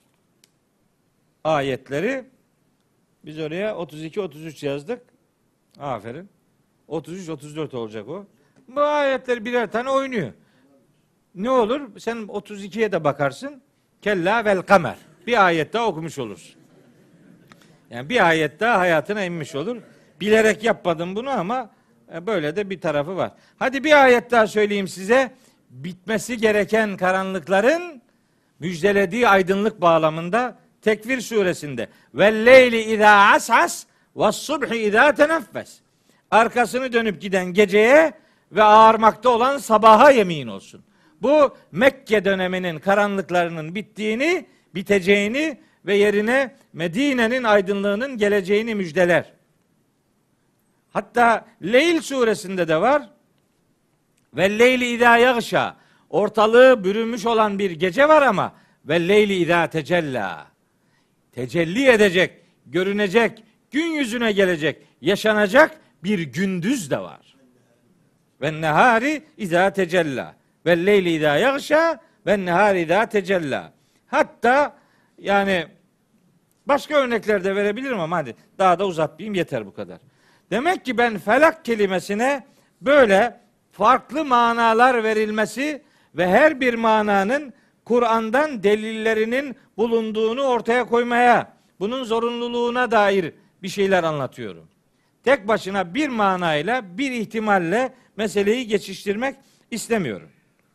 ayetleri. Biz oraya 32-33 yazdık. Aferin. 33-34 olacak o. Bu ayetler birer tane oynuyor. Ne olur? Sen 32'ye de bakarsın. Kella vel kamer. Bir ayet daha okumuş olursun. Yani bir ayet daha hayatına inmiş olur. Bilerek yapmadım bunu ama böyle de bir tarafı var. Hadi bir ayet daha söyleyeyim size. Bitmesi gereken karanlıkların müjdelediği aydınlık bağlamında Tekvir suresinde ve leyli izâ as'as ve subhi izâ teneffes. Arkasını dönüp giden geceye ve ağarmakta olan sabaha yemin olsun. Bu Mekke döneminin karanlıklarının bittiğini, biteceğini ve yerine Medine'nin aydınlığının geleceğini müjdeler. Hatta Leyl suresinde de var. Ve leyli izâ yagşâ. Ortalığı bürünmüş olan bir gece var ama ve leyli izâ tecellâ. Tecelli edecek, görünecek, gün yüzüne gelecek, yaşanacak bir gündüz de var. Ve nehari izâ tecellâ. Ve leyli izâ yagşâ ve nehari izâ tecellâ. Hatta yani başka örnekler de verebilirim ama hadi daha da uzatmayayım, yeter bu kadar. Demek ki ben felak kelimesine böyle farklı manalar verilmesi ve her bir mananın Kur'an'dan delillerinin bulunduğunu ortaya koymaya, bunun zorunluluğuna dair bir şeyler anlatıyorum. Tek başına bir manayla, bir ihtimalle meseleyi geçiştirmek istemiyorum.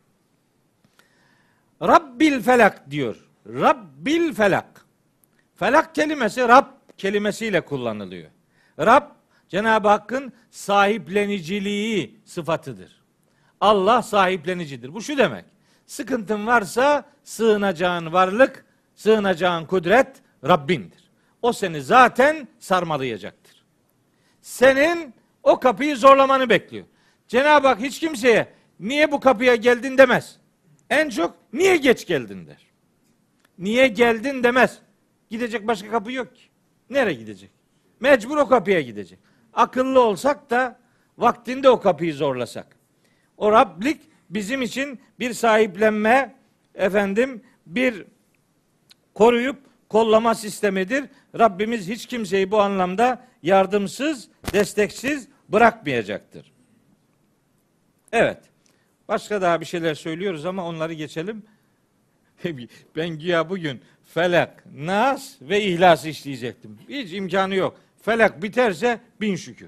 Rabbil felak diyor. Rabbil felak. Felak kelimesi Rab kelimesiyle kullanılıyor. Rab, Cenab-ı Hakk'ın sahipleniciliği sıfatıdır. Allah sahiplenicidir. Bu şu demek. Sıkıntın varsa sığınacağın varlık, sığınacağın kudret Rabbindir. O seni zaten sarmalayacaktır. Senin o kapıyı zorlamanı bekliyor. Cenab-ı Hak hiç kimseye niye bu kapıya geldin demez. En çok niye geç geldin der. Niye geldin demez. Gidecek başka kapı yok ki. Nereye gidecek? Mecbur o kapıya gidecek. Akıllı olsak da vaktinde o kapıyı zorlasak. O Rablik bizim için bir sahiplenme, bir koruyup kollama sistemidir. Rabbimiz hiç kimseyi bu anlamda yardımsız, desteksiz bırakmayacaktır. Evet. Başka daha bir şeyler söylüyoruz ama onları geçelim. Ben güya bugün Felak, Nas ve İhlas işleyecektim. Hiç imkanı yok. Felak biterse bin şükür.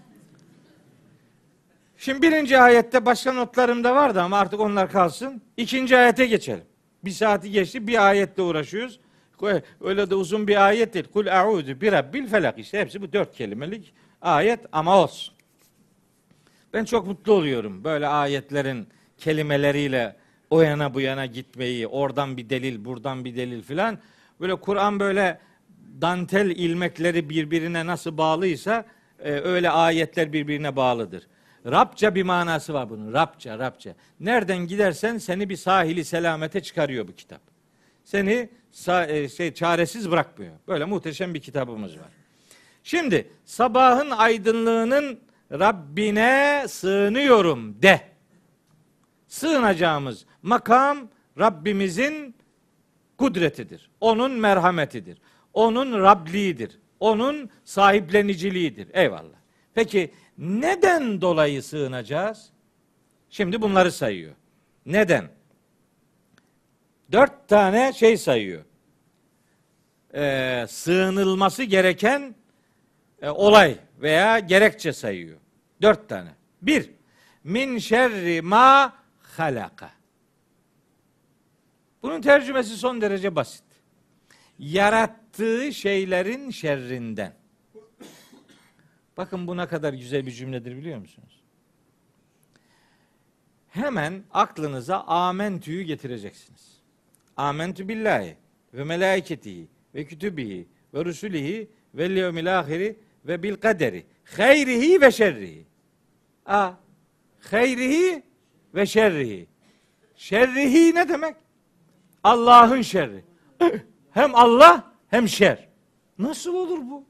Şimdi birinci ayette başka notlarım da vardı ama artık onlar kalsın. İkinci ayete geçelim. Bir saati geçti, bir ayetle uğraşıyoruz. Öyle de uzun bir ayet değil. Kul a'udü bi rabbil felak. İşte hepsi bu 4 kelimelik ayet ama olsun. Ben çok mutlu oluyorum böyle ayetlerin kelimeleriyle o yana bu yana gitmeyi, oradan bir delil, buradan bir delil filan. Böyle Kur'an böyle dantel ilmekleri birbirine nasıl bağlıysa öyle ayetler birbirine bağlıdır. Rabça bir manası var bunun. Rabça. Nereden gidersen seni bir sahili selamete çıkarıyor bu kitap. Seni çaresiz bırakmıyor. Böyle muhteşem bir kitabımız var. Şimdi sabahın aydınlığının Rabbine sığınıyorum de. Sığınacağımız makam Rabbimizin kudretidir. Onun merhametidir. Onun Rabliğidir. Onun sahipleniciliğidir. Eyvallah. Peki neden dolayı sığınacağız? Şimdi bunları sayıyor. Neden? 4 tane şey sayıyor. Sığınılması gereken olay veya gerekçe sayıyor. 4 tane. 1. Min şerri ma halaka. Bunun tercümesi son derece basit. Yarattığı şeylerin şerrinden. Bakın bu ne kadar güzel bir cümledir biliyor musunuz? Hemen aklınıza amentü'yü getireceksiniz. Amentü billahi ve melaiketihi ve kütübihi ve rusulihi ve yevmil ahiri ve bil kaderi hayrihi ve şerrihi. Hayrihi ve şerrihi. Şerrihi ne demek? Allah'ın şerri. Hem Allah hem şer. Nasıl olur bu?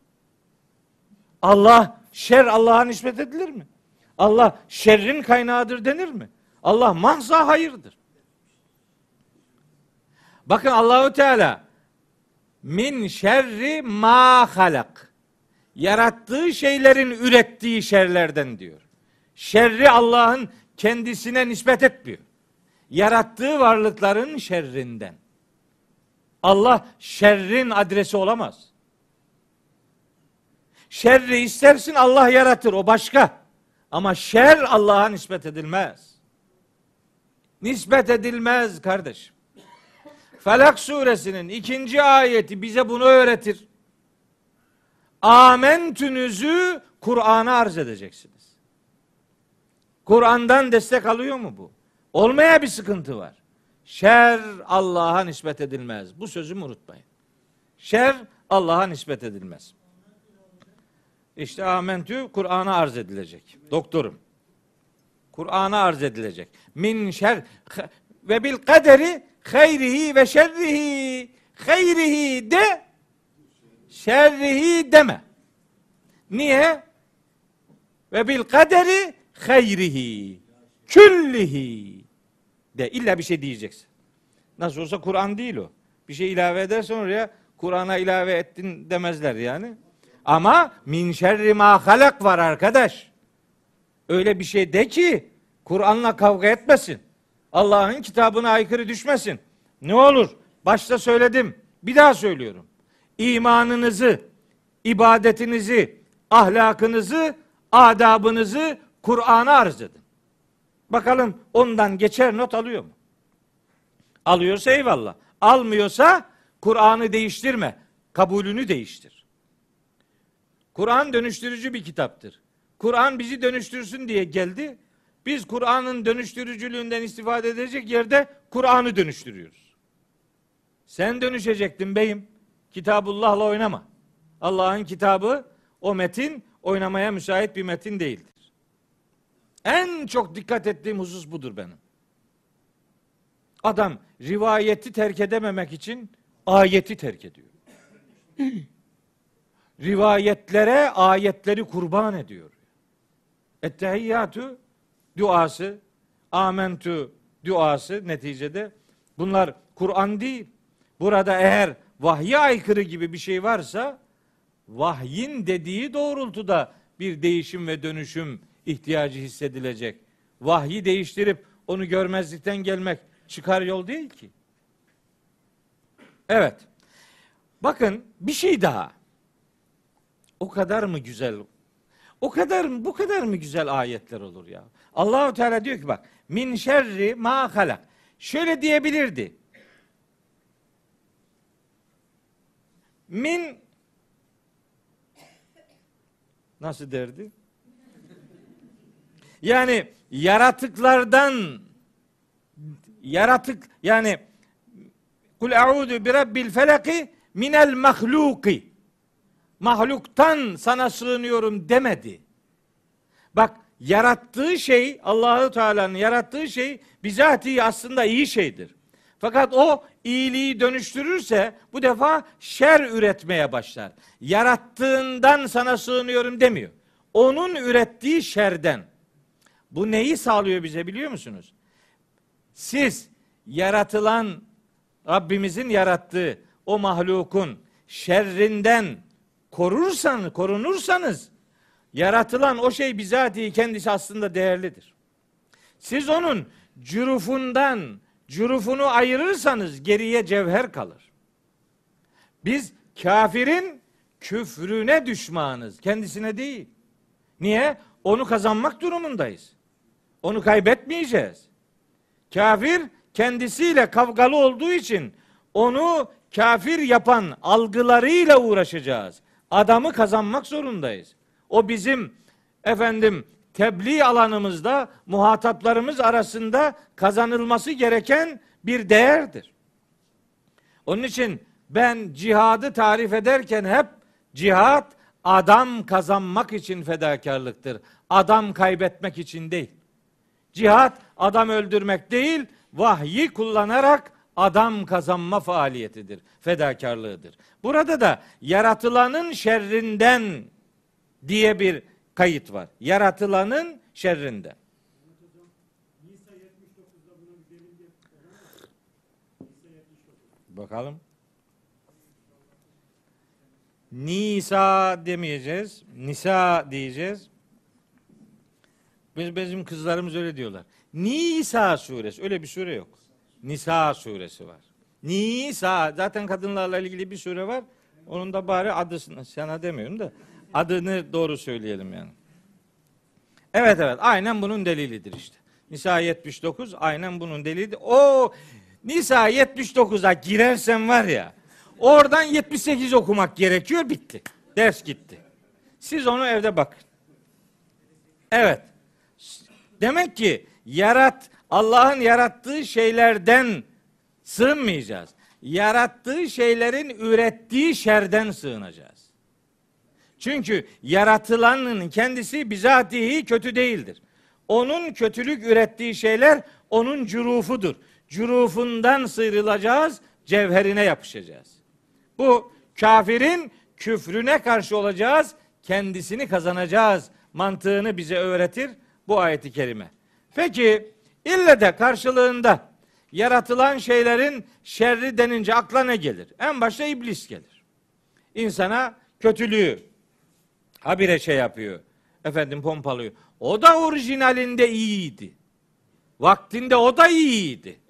Şer Allah'a nispet edilir mi? Allah şerrin kaynağıdır denir mi? Allah mahza hayırdır. Bakın Allahu Teala min şerri ma halak. Yarattığı şeylerin ürettiği şerlerden diyor. Şerri Allah'ın kendisine nispet etmiyor. Yarattığı varlıkların şerrinden. Allah şerrin adresi olamaz. Şerri istersin Allah yaratır, o başka. Ama şer Allah'a nispet edilmez. Nispet edilmez kardeşim. Felak suresinin 2. ayeti bize bunu öğretir. Amentünüzü Kur'an'a arz edeceksiniz. Kur'an'dan destek alıyor mu bu? Olmaya bir sıkıntı var. Şer Allah'a nispet edilmez. Bu sözümü unutmayın. Şer Allah'a nispet edilmez. İşte amentü Kur'an'a arz edilecek. Doktorum. Kur'an'a arz edilecek. Min şer ve bil kaderi hayrihi ve şerrihi. Hayrihi de, şerrihi deme. Niye? Ve bil kaderi hayrihi küllihi de, illa bir şey diyeceksin. Nasıl olsa Kur'an değil o. Bir şey ilave edersen oraya Kur'an'a ilave ettin demezler yani. Ama min şerri ma halak var arkadaş. Öyle bir şey de ki Kur'an'la kavga etmesin. Allah'ın kitabına aykırı düşmesin. Ne olur? Başta söyledim. Bir daha söylüyorum. İmanınızı, ibadetinizi, ahlakınızı, adabınızı Kur'an'a arz edin. Bakalım ondan geçer not alıyor mu? Alıyorsa eyvallah. Almıyorsa Kur'an'ı değiştirme. Kabulünü değiştir. Kur'an dönüştürücü bir kitaptır. Kur'an bizi dönüştürsün diye geldi. Biz Kur'an'ın dönüştürücülüğünden istifade edecek yerde Kur'an'ı dönüştürüyoruz. Sen dönüşecektin beyim. Kitabullah'la oynama. Allah'ın kitabı, o metin oynamaya müsait bir metin değildir. En çok dikkat ettiğim husus budur benim. Adam rivayeti terk edememek için ayeti terk ediyor. Rivayetlere ayetleri kurban ediyor. Ettehiyyatü duası, amentü duası neticede bunlar Kur'an değil. Burada eğer vahye aykırı gibi bir şey varsa vahyin dediği doğrultuda bir değişim ve dönüşüm ihtiyacı hissedilecek. Vahyi değiştirip onu görmezlikten gelmek çıkar yol değil ki. Evet. Bakın bir şey daha. O kadar mı güzel? Bu kadar mı güzel ayetler olur ya? Allahu Teala diyor ki bak, min şerri ma halak. Şöyle diyebilirdi. Min nasıl derdi? Yani yaratıklardan yani kul a'udü bi rabbil felaki minel mahluki. Mahluktan sana sığınıyorum demedi. Bak, yarattığı şey, Allahu Teala'nın yarattığı şey bizatihi aslında iyi şeydir. Fakat o iyiliği dönüştürürse bu defa şer üretmeye başlar. Yarattığından sana sığınıyorum demiyor. Onun ürettiği şerden. Bu neyi sağlıyor bize biliyor musunuz? Siz yaratılan, Rabbimizin yarattığı o mahlukun şerrinden korunursanız yaratılan o şey bizatihi kendisi aslında değerlidir. Siz onun cürufundan, cürufunu ayırırsanız geriye cevher kalır. Biz kafirin küfrüne düşmanız, kendisine değil. Niye? Onu kazanmak durumundayız. Onu kaybetmeyeceğiz. Kafir kendisiyle kavgalı olduğu için onu kafir yapan algılarıyla uğraşacağız. Adamı kazanmak zorundayız. O bizim tebliğ alanımızda muhataplarımız arasında kazanılması gereken bir değerdir. Onun için ben cihadı tarif ederken hep cihat adam kazanmak için fedakarlıktır. Adam kaybetmek için değil. Cihat adam öldürmek değil, vahyi kullanarak adam kazanma faaliyetidir, fedakarlığıdır. Burada da yaratılanın şerrinden diye bir kayıt var. Yaratılanın şerrinden. Bakalım. Nisa demeyeceğiz. Nisa diyeceğiz. Bizim kızlarımız öyle diyorlar. Nisa suresi. Öyle bir sure yok. Nisa suresi var. Nisa. Zaten kadınlarla ilgili bir sure var. Onun da bari adını sana demiyorum da adını doğru söyleyelim yani. Evet. Aynen bunun delilidir işte. Nisa 79 aynen bunun delili. O Nisa 79'a girersen var ya, oradan 78 okumak gerekiyor, bitti. Ders gitti. Siz onu evde bakın. Evet. Demek ki Allah'ın yarattığı şeylerden sığınmayacağız. Yarattığı şeylerin ürettiği şerden sığınacağız. Çünkü yaratılanın kendisi bizatihi kötü değildir. Onun kötülük ürettiği şeyler onun cürufudur. Cürufundan sıyrılacağız, cevherine yapışacağız. Bu kafirin küfrüne karşı olacağız, kendisini kazanacağız mantığını bize öğretir bu ayet-i kerime. Peki ille de karşılığında yaratılan şeylerin şerri denince akla ne gelir? En başta iblis gelir. İnsana kötülüğü habire yapıyor. Pompalıyor. O da orijinalinde iyiydi. Vaktinde o da iyiydi.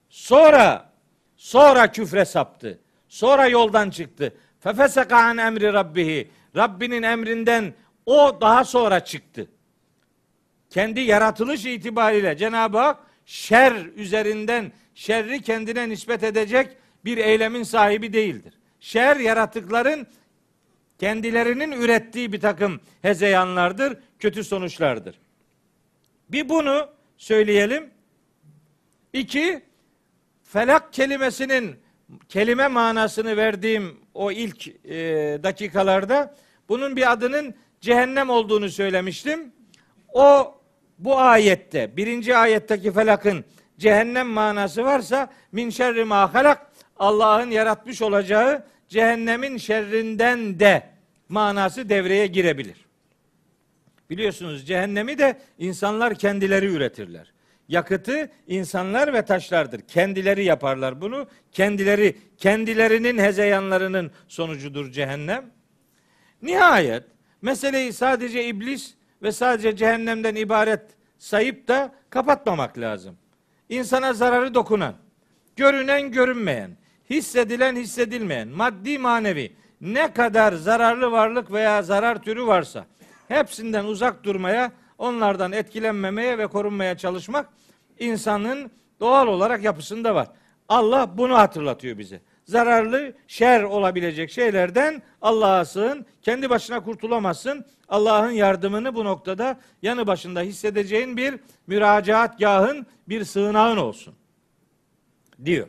Sonra küfre saptı. Sonra yoldan çıktı. Fefeseka an emri rabbihi. Rabbinin emrinden o daha sonra çıktı. Kendi yaratılış itibariyle Cenab-ı Hak şer üzerinden şerri kendine nispet edecek bir eylemin sahibi değildir. Şer yaratıkların kendilerinin ürettiği bir takım hezeyanlardır, kötü sonuçlardır. Bir bunu söyleyelim. 2, felak kelimesinin kelime manasını verdiğim o ilk dakikalarda bunun bir adının cehennem olduğunu söylemiştim. Bu ayette, birinci ayetteki felakın cehennem manası varsa min şerri ma halak, Allah'ın yaratmış olacağı cehennemin şerrinden de manası devreye girebilir. Biliyorsunuz cehennemi de insanlar kendileri üretirler. Yakıtı insanlar ve taşlardır. Kendileri yaparlar bunu. Kendilerinin hezeyanlarının sonucudur cehennem. Nihayet meseleyi sadece iblis ve sadece cehennemden ibaret sayıp da kapatmamak lazım. İnsana zararı dokunan, görünen görünmeyen, hissedilen hissedilmeyen, maddi manevi ne kadar zararlı varlık veya zarar türü varsa hepsinden uzak durmaya, onlardan etkilenmemeye ve korunmaya çalışmak insanın doğal olarak yapısında var. Allah bunu hatırlatıyor bize. Zararlı, şer olabilecek şeylerden Allah'a sığın. Kendi başına kurtulamazsın. Allah'ın yardımını bu noktada yanı başında hissedeceğin bir müracaatgahın, bir sığınağın olsun diyor.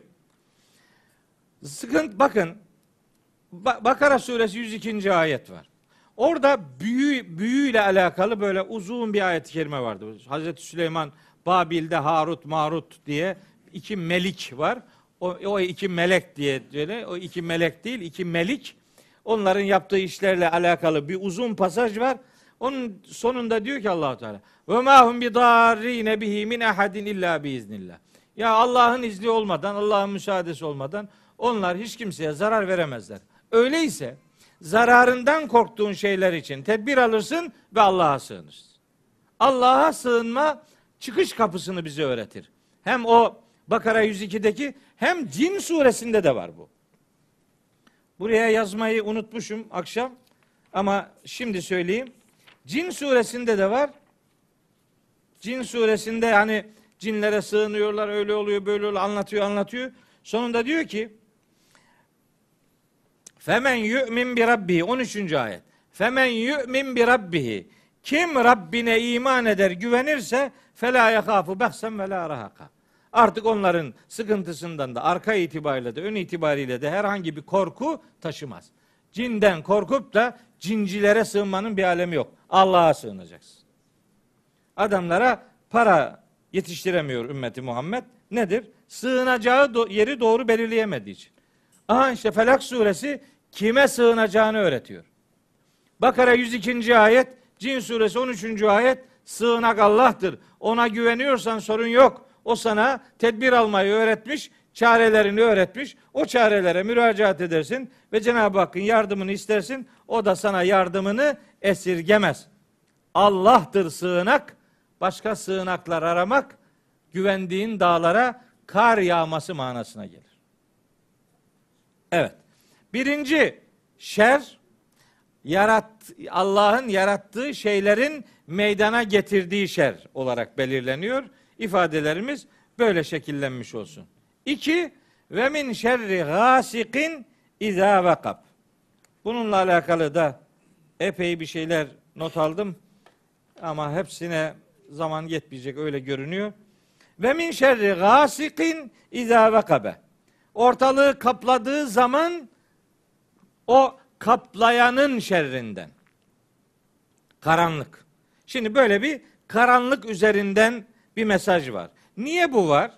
Bakın Bakara suresi 102. ayet var. Orada büyüyle alakalı böyle uzun bir ayet-i kerime vardı. Hazreti Süleyman Babil'de Harut Marut diye 2 melik var. O 2 melek diye öyle. O 2 melek değil, 2 melik. Onların yaptığı işlerle alakalı bir uzun pasaj var. Onun sonunda diyor ki Allah Teala: "Ve ma hum bidarrine bihi min ahadin illa biiznillah." Ya Allah'ın izni olmadan, Allah'ın müsaadesi olmadan onlar hiç kimseye zarar veremezler. Öyleyse zararından korktuğun şeyler için tedbir alırsın ve Allah'a sığınırsın. Allah'a sığınma çıkış kapısını bize öğretir. Hem o Bakara 102'deki hem Cin suresinde de var bu. Buraya yazmayı unutmuşum akşam ama şimdi söyleyeyim. Cin suresinde de var. Cin suresinde yani cinlere sığınıyorlar, öyle oluyor, böyle oluyor, anlatıyor. Sonunda diyor ki Femen yu'min bi rabbihi 13. ayet. Femen yu'min bi rabbihi kim Rabbine iman eder, güvenirse felâ yekâfu behsen ve lâ rahaka. Artık onların sıkıntısından da arka itibariyle de ön itibariyle de herhangi bir korku taşımaz. Cinden korkup da cincilere sığınmanın bir alemi yok. Allah'a sığınacaksın. Adamlara para yetiştiremiyor ümmeti Muhammed. Nedir? Sığınacağı yeri doğru belirleyemediği için. Aha işte Felak suresi kime sığınacağını öğretiyor. Bakara 102. ayet, Cin suresi 13. ayet, sığınak Allah'tır. Ona güveniyorsan sorun yok. O sana tedbir almayı öğretmiş, çarelerini öğretmiş. O çarelere müracaat edersin ve Cenab-ı Hakk'ın yardımını istersin. O da sana yardımını esirgemez. Allah'tır sığınak, başka sığınaklar aramak, güvendiğin dağlara kar yağması manasına gelir. Evet. Birinci şer, Allah'ın yarattığı şeylerin meydana getirdiği şer olarak belirleniyor. İfadelerimiz böyle şekillenmiş olsun. 2. Ve min şerri gasikin izâ vakab. Bununla alakalı da epey bir şeyler not aldım. Ama hepsine zaman yetmeyecek öyle görünüyor. Ve min şerri gasikin izâ vakabe. Ortalığı kapladığı zaman o kaplayanın şerrinden. Karanlık. Şimdi böyle bir karanlık üzerinden bir mesaj var. Niye bu var?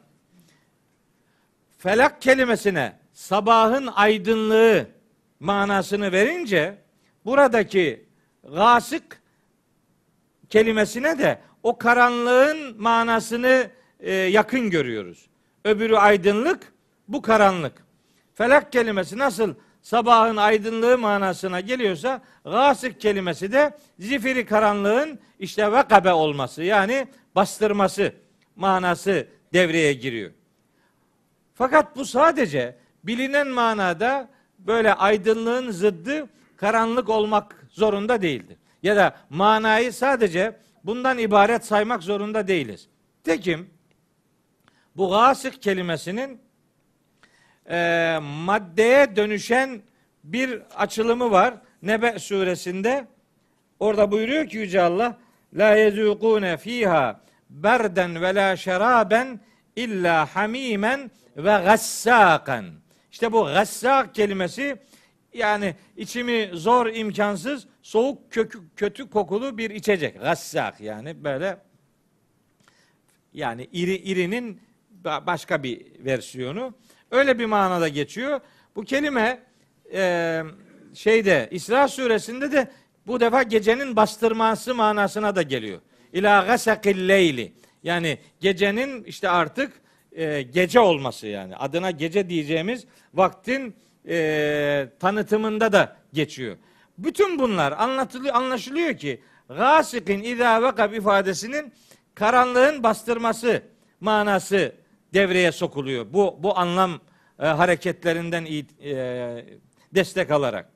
Felak kelimesine sabahın aydınlığı manasını verince buradaki gasık kelimesine de o karanlığın manasını yakın görüyoruz. Öbürü aydınlık, bu karanlık. Felak kelimesi nasıl sabahın aydınlığı manasına geliyorsa gasık kelimesi de zifiri karanlığın işte vekabe olması yani bastırması manası devreye giriyor. Fakat bu sadece bilinen manada böyle aydınlığın zıddı karanlık olmak zorunda değildir. Ya da manayı sadece bundan ibaret saymak zorunda değiliz. Tekim bu gasık kelimesinin maddeye dönüşen bir açılımı var. Nebe suresinde orada buyuruyor ki Yüce Allah la yezûkûne fîhâ berden ve la şerâben illa hamimen ve gassâkan. İşte bu gassâk kelimesi yani içimi zor imkansız soğuk kötü kokulu bir içecek. Gassâk yani böyle yani irinin başka bir versiyonu. Öyle bir manada geçiyor. Bu kelime İsra suresinde de bu defa gecenin bastırması manasına da geliyor. İlâ gasakil leyli. Yani gecenin işte artık gece olması yani. Adına gece diyeceğimiz vaktin tanıtımında da geçiyor. Bütün bunlar anlaşılıyor ki gasikin izâ vakab ifadesinin karanlığın bastırması manası devreye sokuluyor. Bu anlam hareketlerinden destek alarak.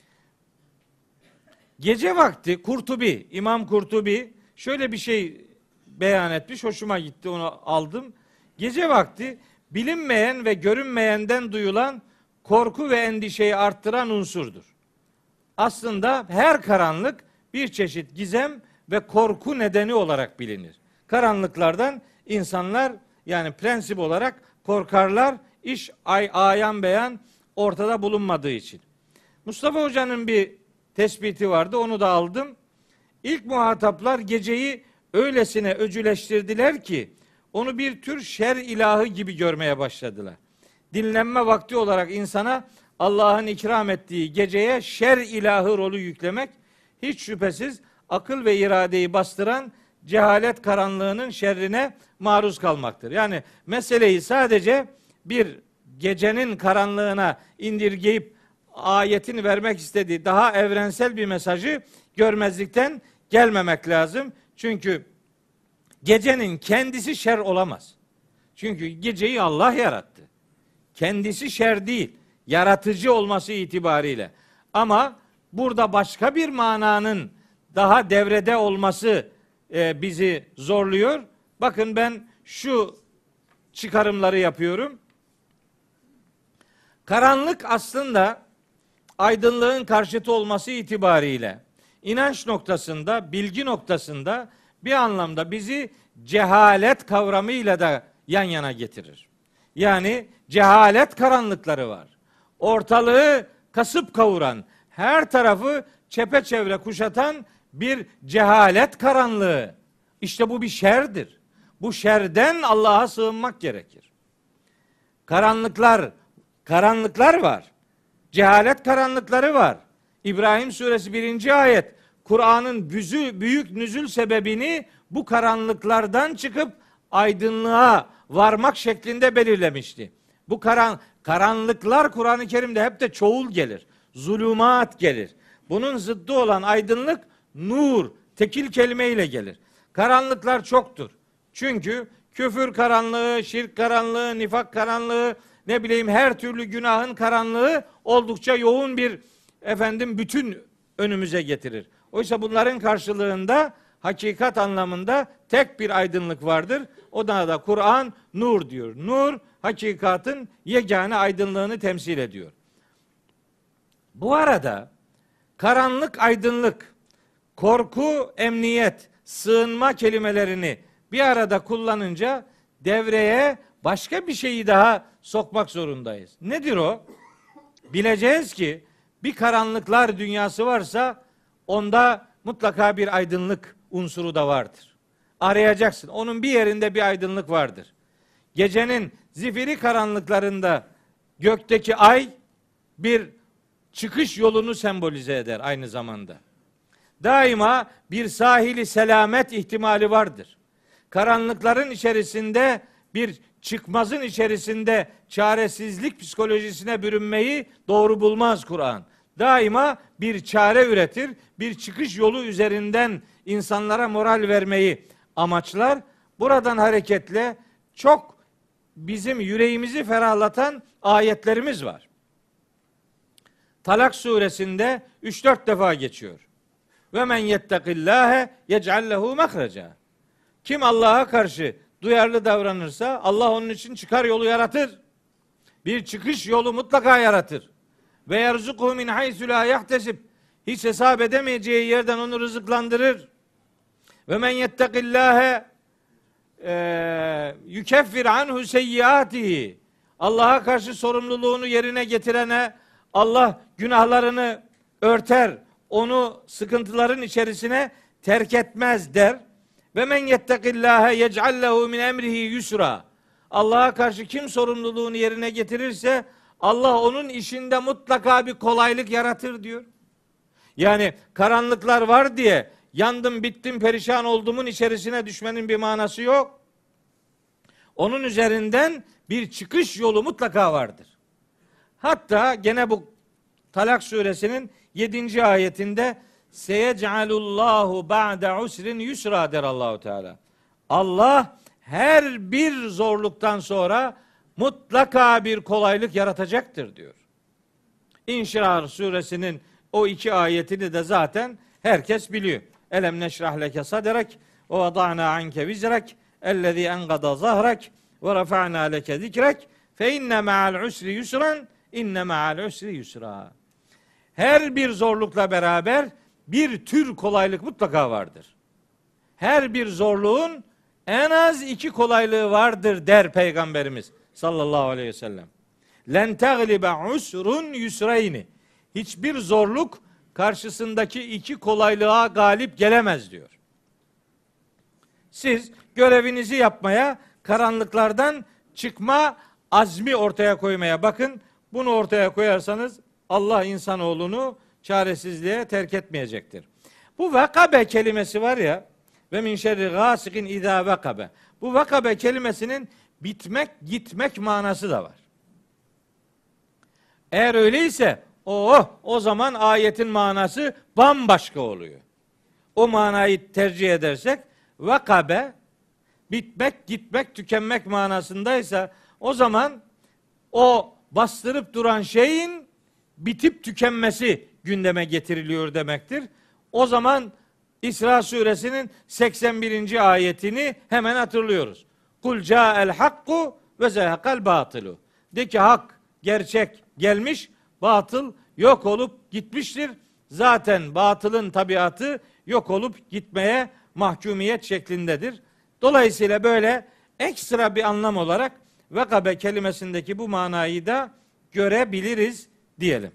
Gece vakti İmam Kurtubi şöyle bir şey beyan etmiş. Hoşuma gitti, onu aldım. Gece vakti bilinmeyen ve görünmeyenden duyulan korku ve endişeyi arttıran unsurdur. Aslında her karanlık bir çeşit gizem ve korku nedeni olarak bilinir. Karanlıklardan insanlar yani prensip olarak korkarlar. İş ayan beyan ortada bulunmadığı için. Mustafa Hoca'nın bir tespiti vardı. Onu da aldım. İlk muhataplar geceyi öylesine öcüleştirdiler ki onu bir tür şer ilahı gibi görmeye başladılar. Dinlenme vakti olarak insana Allah'ın ikram ettiği geceye şer ilahı rolü yüklemek hiç şüphesiz akıl ve iradeyi bastıran cehalet karanlığının şerrine maruz kalmaktır. Yani meseleyi sadece bir gecenin karanlığına indirgeyip ayetin vermek istediği daha evrensel bir mesajı görmezlikten gelmemek lazım. Çünkü gecenin kendisi şer olamaz. Çünkü geceyi Allah yarattı. Kendisi şer değil, yaratıcı olması itibariyle. Ama burada başka bir mananın daha devrede olması bizi zorluyor. Bakın ben şu çıkarımları yapıyorum. Karanlık aslında aydınlığın karşıtı olması itibariyle inanç noktasında, bilgi noktasında bir anlamda bizi cehalet kavramıyla da yan yana getirir. Yani cehalet karanlıkları var. Ortalığı kasıp kavuran, her tarafı çepeçevre kuşatan bir cehalet karanlığı. İşte bu bir şerdir. Bu şerden Allah'a sığınmak gerekir. Karanlıklar var. Cehalet karanlıkları var. İbrahim suresi 1. ayet Kur'an'ın büyük nüzul sebebini bu karanlıklardan çıkıp aydınlığa varmak şeklinde belirlemişti. Bu karanlıklar Kur'an-ı Kerim'de hep de çoğul gelir. Zulümat gelir. Bunun zıddı olan aydınlık nur, tekil kelimeyle gelir. Karanlıklar çoktur. Çünkü küfür karanlığı, şirk karanlığı, nifak karanlığı, ne bileyim her türlü günahın karanlığı oldukça yoğun bir bütün önümüze getirir. Oysa bunların karşılığında hakikat anlamında tek bir aydınlık vardır. O da Kur'an nur diyor. Nur hakikatın yegane aydınlığını temsil ediyor. Bu arada karanlık, aydınlık, korku, emniyet, sığınma kelimelerini bir arada kullanınca devreye başka bir şeyi daha sokmak zorundayız. Nedir o? Bileceğiz ki bir karanlıklar dünyası varsa onda mutlaka bir aydınlık unsuru da vardır. Arayacaksın. Onun bir yerinde bir aydınlık vardır. Gecenin zifiri karanlıklarında gökteki ay bir çıkış yolunu sembolize eder aynı zamanda. Daima bir sahili selamet ihtimali vardır. Karanlıkların içerisinde bir çıkmazın içerisinde çaresizlik psikolojisine bürünmeyi doğru bulmaz Kur'an. Daima bir çare üretir, bir çıkış yolu üzerinden insanlara moral vermeyi amaçlar. Buradan hareketle çok bizim yüreğimizi ferahlatan ayetlerimiz var. Talak suresinde 3-4 defa geçiyor. Ve men yettekillâhe yec'al lehu mahreca. Kim Allah'a karşı duyarlı davranırsa Allah onun için çıkar yolu yaratır. Bir çıkış yolu mutlaka yaratır. Ve yerzukuhu min haysu la yahtesib. Hiç hesap edemeyeceği yerden onu rızıklandırır. Ve men yettekillâhe yukeffir anhu seyyiatihi. Allah'a karşı sorumluluğunu yerine getirene Allah günahlarını örter. Onu sıkıntıların içerisine terk etmez der. Ve men yettekillâhe yec'al lehu min emrihi yusra. Allah'a karşı kim sorumluluğunu yerine getirirse Allah onun işinde mutlaka bir kolaylık yaratır diyor. Yani karanlıklar var diye yandım, bittim, perişan olduğumun içerisine düşmenin bir manası yok. Onun üzerinden bir çıkış yolu mutlaka vardır. Hatta gene bu Talak suresinin 7. ayetinde seyec'alullahu ba'de usrin yusra der Allahu Teala. Allah her bir zorluktan sonra mutlaka bir kolaylık yaratacaktır diyor. İnşirah suresinin o 2 ayetini de zaten herkes biliyor. Elem neşrah leke sadrek ve vada'na anke vizrek ellezî engada zahrek ve rafa'na leke zikrek fe inne ma'al usri yusran inne ma'al usri yusra. Her bir zorlukla beraber bir tür kolaylık mutlaka vardır. Her bir zorluğun en az 2 kolaylığı vardır der Peygamberimiz sallallahu aleyhi ve sellem. Len teglibe usrun yusrayni. Hiçbir zorluk karşısındaki 2 kolaylığa galip gelemez diyor. Siz görevinizi yapmaya, karanlıklardan çıkma azmi ortaya koymaya bakın. Bunu ortaya koyarsanız Allah insanoğlunu çaresizliğe terk etmeyecektir. Bu vakabe kelimesi var ya, ve min şerri gâsikin izâ vakabe. Bu vakabe kelimesinin bitmek, gitmek manası da var. Eğer öyleyse o zaman ayetin manası bambaşka oluyor. O manayı tercih edersek vakabe bitmek, gitmek, tükenmek manasındaysa o zaman o bastırıp duran şeyin bitip tükenmesi gündeme getiriliyor demektir. O zaman İsra suresinin 81. ayetini hemen hatırlıyoruz. Kul ca'el hakku ve zehekal batılu. De ki hak, gerçek gelmiş, batıl yok olup gitmiştir. Zaten batılın tabiatı yok olup gitmeye mahkumiyet şeklindedir. Dolayısıyla böyle ekstra bir anlam olarak vekabe kelimesindeki bu manayı da görebiliriz diyelim.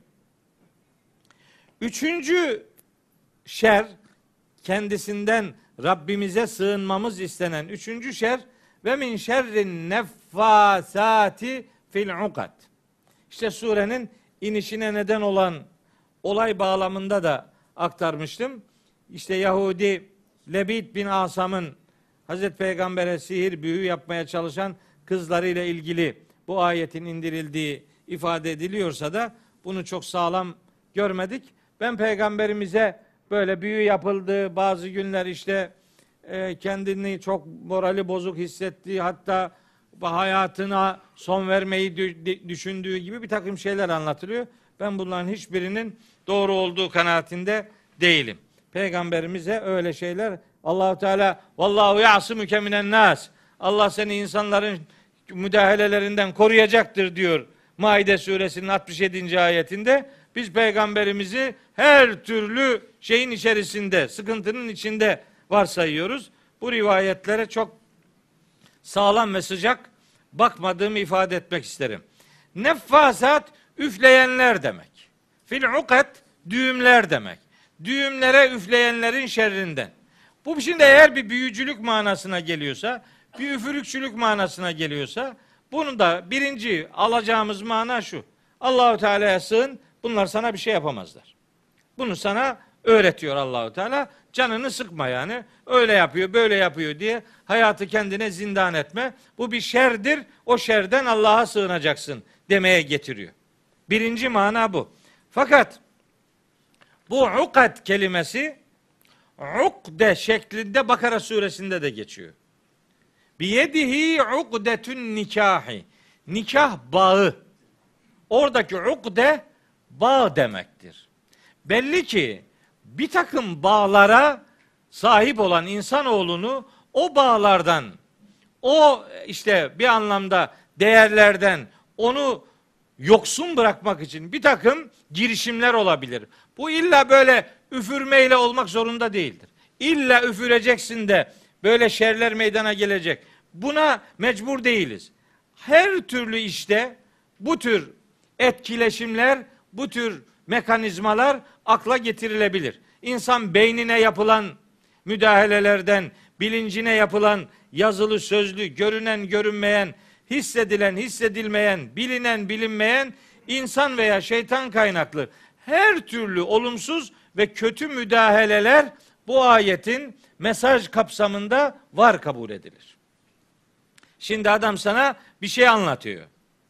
Üçüncü şer, kendisinden Rabbimize sığınmamız istenen üçüncü şer, ve min şerrin neffasati fil ukad. İşte surenin inişine neden olan olay bağlamında da aktarmıştım. İşte Yahudi Lebid bin Asam'ın Hazreti Peygamber'e sihir, büyü yapmaya çalışan kızlarıyla ilgili bu ayetin indirildiği ifade ediliyorsa da bunu çok sağlam görmedik. Ben Peygamberimize böyle büyü yapıldı, bazı günler işte kendini çok morali bozuk hissettiği, hatta hayatına son vermeyi düşündüğü gibi bir takım şeyler anlatılıyor. Ben bunların hiçbirinin doğru olduğu kanaatinde değilim. Peygamberimize öyle şeyler, Allahu Teala vallahu ya'simuke minen nas, Allah seni insanların müdahalelerinden koruyacaktır diyor Maide suresinin 67. ayetinde. Biz peygamberimizi her türlü şeyin içerisinde, sıkıntının içinde varsayıyoruz. Bu rivayetlere çok sağlam ve sıcak bakmadığımı ifade etmek isterim. Neffasat üfleyenler demek. Fil ukad düğümler demek. Düğümlere üfleyenlerin şerrinden. Bu şimdi eğer bir büyücülük manasına geliyorsa, bir üfürükçülük manasına geliyorsa, bunu da birinci alacağımız mana şu: Allahu Teala'ya sığın, bunlar sana bir şey yapamazlar. Bunu sana öğretiyor Allahu Teala. Canını sıkma yani. Öyle yapıyor, böyle yapıyor diye hayatı kendine zindan etme. Bu bir şerdir. O şerden Allah'a sığınacaksın demeye getiriyor. Birinci mana bu. Fakat bu ukad kelimesi ukde şeklinde Bakara suresinde de geçiyor. Biyedihi ukdetün nikahi. Nikah bağı. Oradaki ukde bağ demektir. Belli ki bir takım bağlara sahip olan insanoğlunu o bağlardan, o işte bir anlamda değerlerden onu yoksun bırakmak için bir takım girişimler olabilir. Bu illa böyle üfürmeyle olmak zorunda değildir. İlla üfüreceksin de böyle şerler meydana gelecek. Buna mecbur değiliz. Her türlü işte bu tür etkileşimler, bu tür mekanizmalar akla getirilebilir. İnsan beynine yapılan müdahalelerden, bilincine yapılan yazılı, sözlü, görünen, görünmeyen, hissedilen, hissedilmeyen, bilinen, bilinmeyen, insan veya şeytan kaynaklı her türlü olumsuz ve kötü müdahaleler bu ayetin mesaj kapsamında var kabul edilir. Şimdi adam sana bir şey anlatıyor.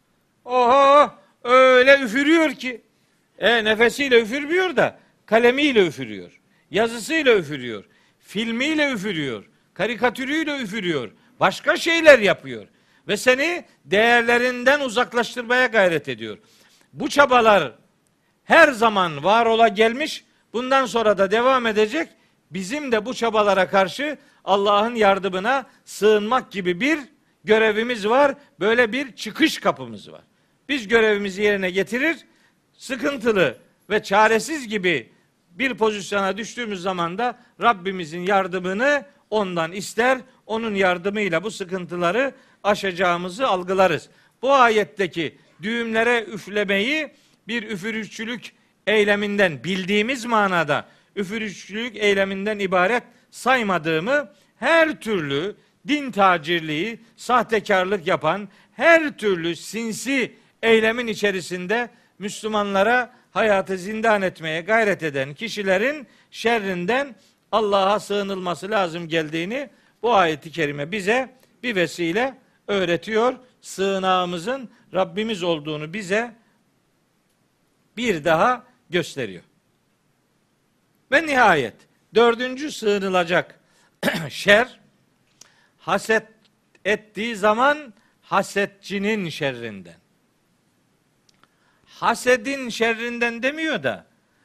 Oho, öyle üfürüyor ki. Nefesiyle üfürmüyor da kalemiyle üfürüyor. Yazısıyla üfürüyor. Filmiyle üfürüyor. Karikatürüyle üfürüyor. Başka şeyler yapıyor. Ve seni değerlerinden uzaklaştırmaya gayret ediyor. Bu çabalar her zaman var ola gelmiş. Bundan sonra da devam edecek. Bizim de bu çabalara karşı Allah'ın yardımına sığınmak gibi bir görevimiz var. Böyle bir çıkış kapımız var. Biz görevimizi yerine getirir, sıkıntılı ve çaresiz gibi bir pozisyona düştüğümüz zaman da Rabbimizin yardımını ondan ister, onun yardımıyla bu sıkıntıları aşacağımızı algılarız. Bu ayetteki düğümlere üflemeyi bir üfürükçülük eyleminden, bildiğimiz manada üfürükçülük eyleminden ibaret saymadığımı, her türlü din tacirliği, sahtekarlık yapan, her türlü sinsi eylemin içerisinde Müslümanlara hayatı zindan etmeye gayret eden kişilerin şerrinden Allah'a sığınılması lazım geldiğini bu ayet-i kerime bize bir vesile öğretiyor. Sığınağımızın Rabbimiz olduğunu bize bir daha gösteriyor. Ve nihayet dördüncü sığınılacak şer, haset ettiği zaman hasetçinin şerrinden. Hasedin şerrinden demiyor da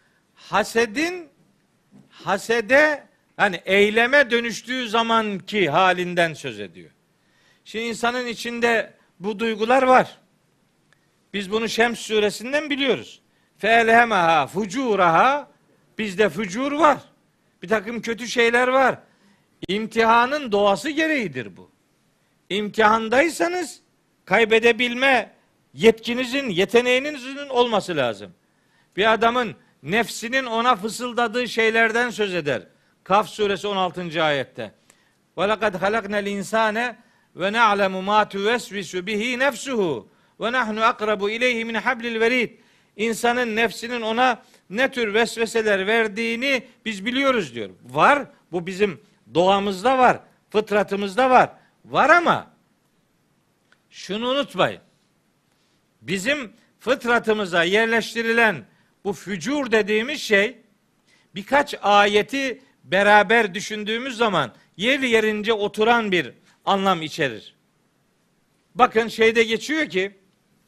hasede hani eyleme dönüştüğü zamanki halinden söz ediyor. Şimdi insanın içinde bu duygular var. Biz bunu Şems suresinden biliyoruz. Feelhemaha fucuraha, bizde fücur var. Bir takım kötü şeyler var. İmtihanın doğası gereğidir bu. İmtihandaysanız kaybedebilme yetkinizin, yeteneğinizin olması lazım. Bir adamın nefsinin ona fısıldadığı şeylerden söz eder. Kaf suresi 16. ayette. Ve lekad halaknel insane ve na'lemu ma tuvesvisu bihi nefsuhu ve nahnu akrabu ileyhi min hablil verid. İnsanın nefsinin ona ne tür vesveseler verdiğini biz biliyoruz diyor. Var. Bu bizim doğamızda var. Fıtratımızda var. Var ama şunu unutmayın. Bizim fıtratımıza yerleştirilen bu fücur dediğimiz şey birkaç ayeti beraber düşündüğümüz zaman yeri yerince oturan bir anlam içerir. Bakın şeyde geçiyor ki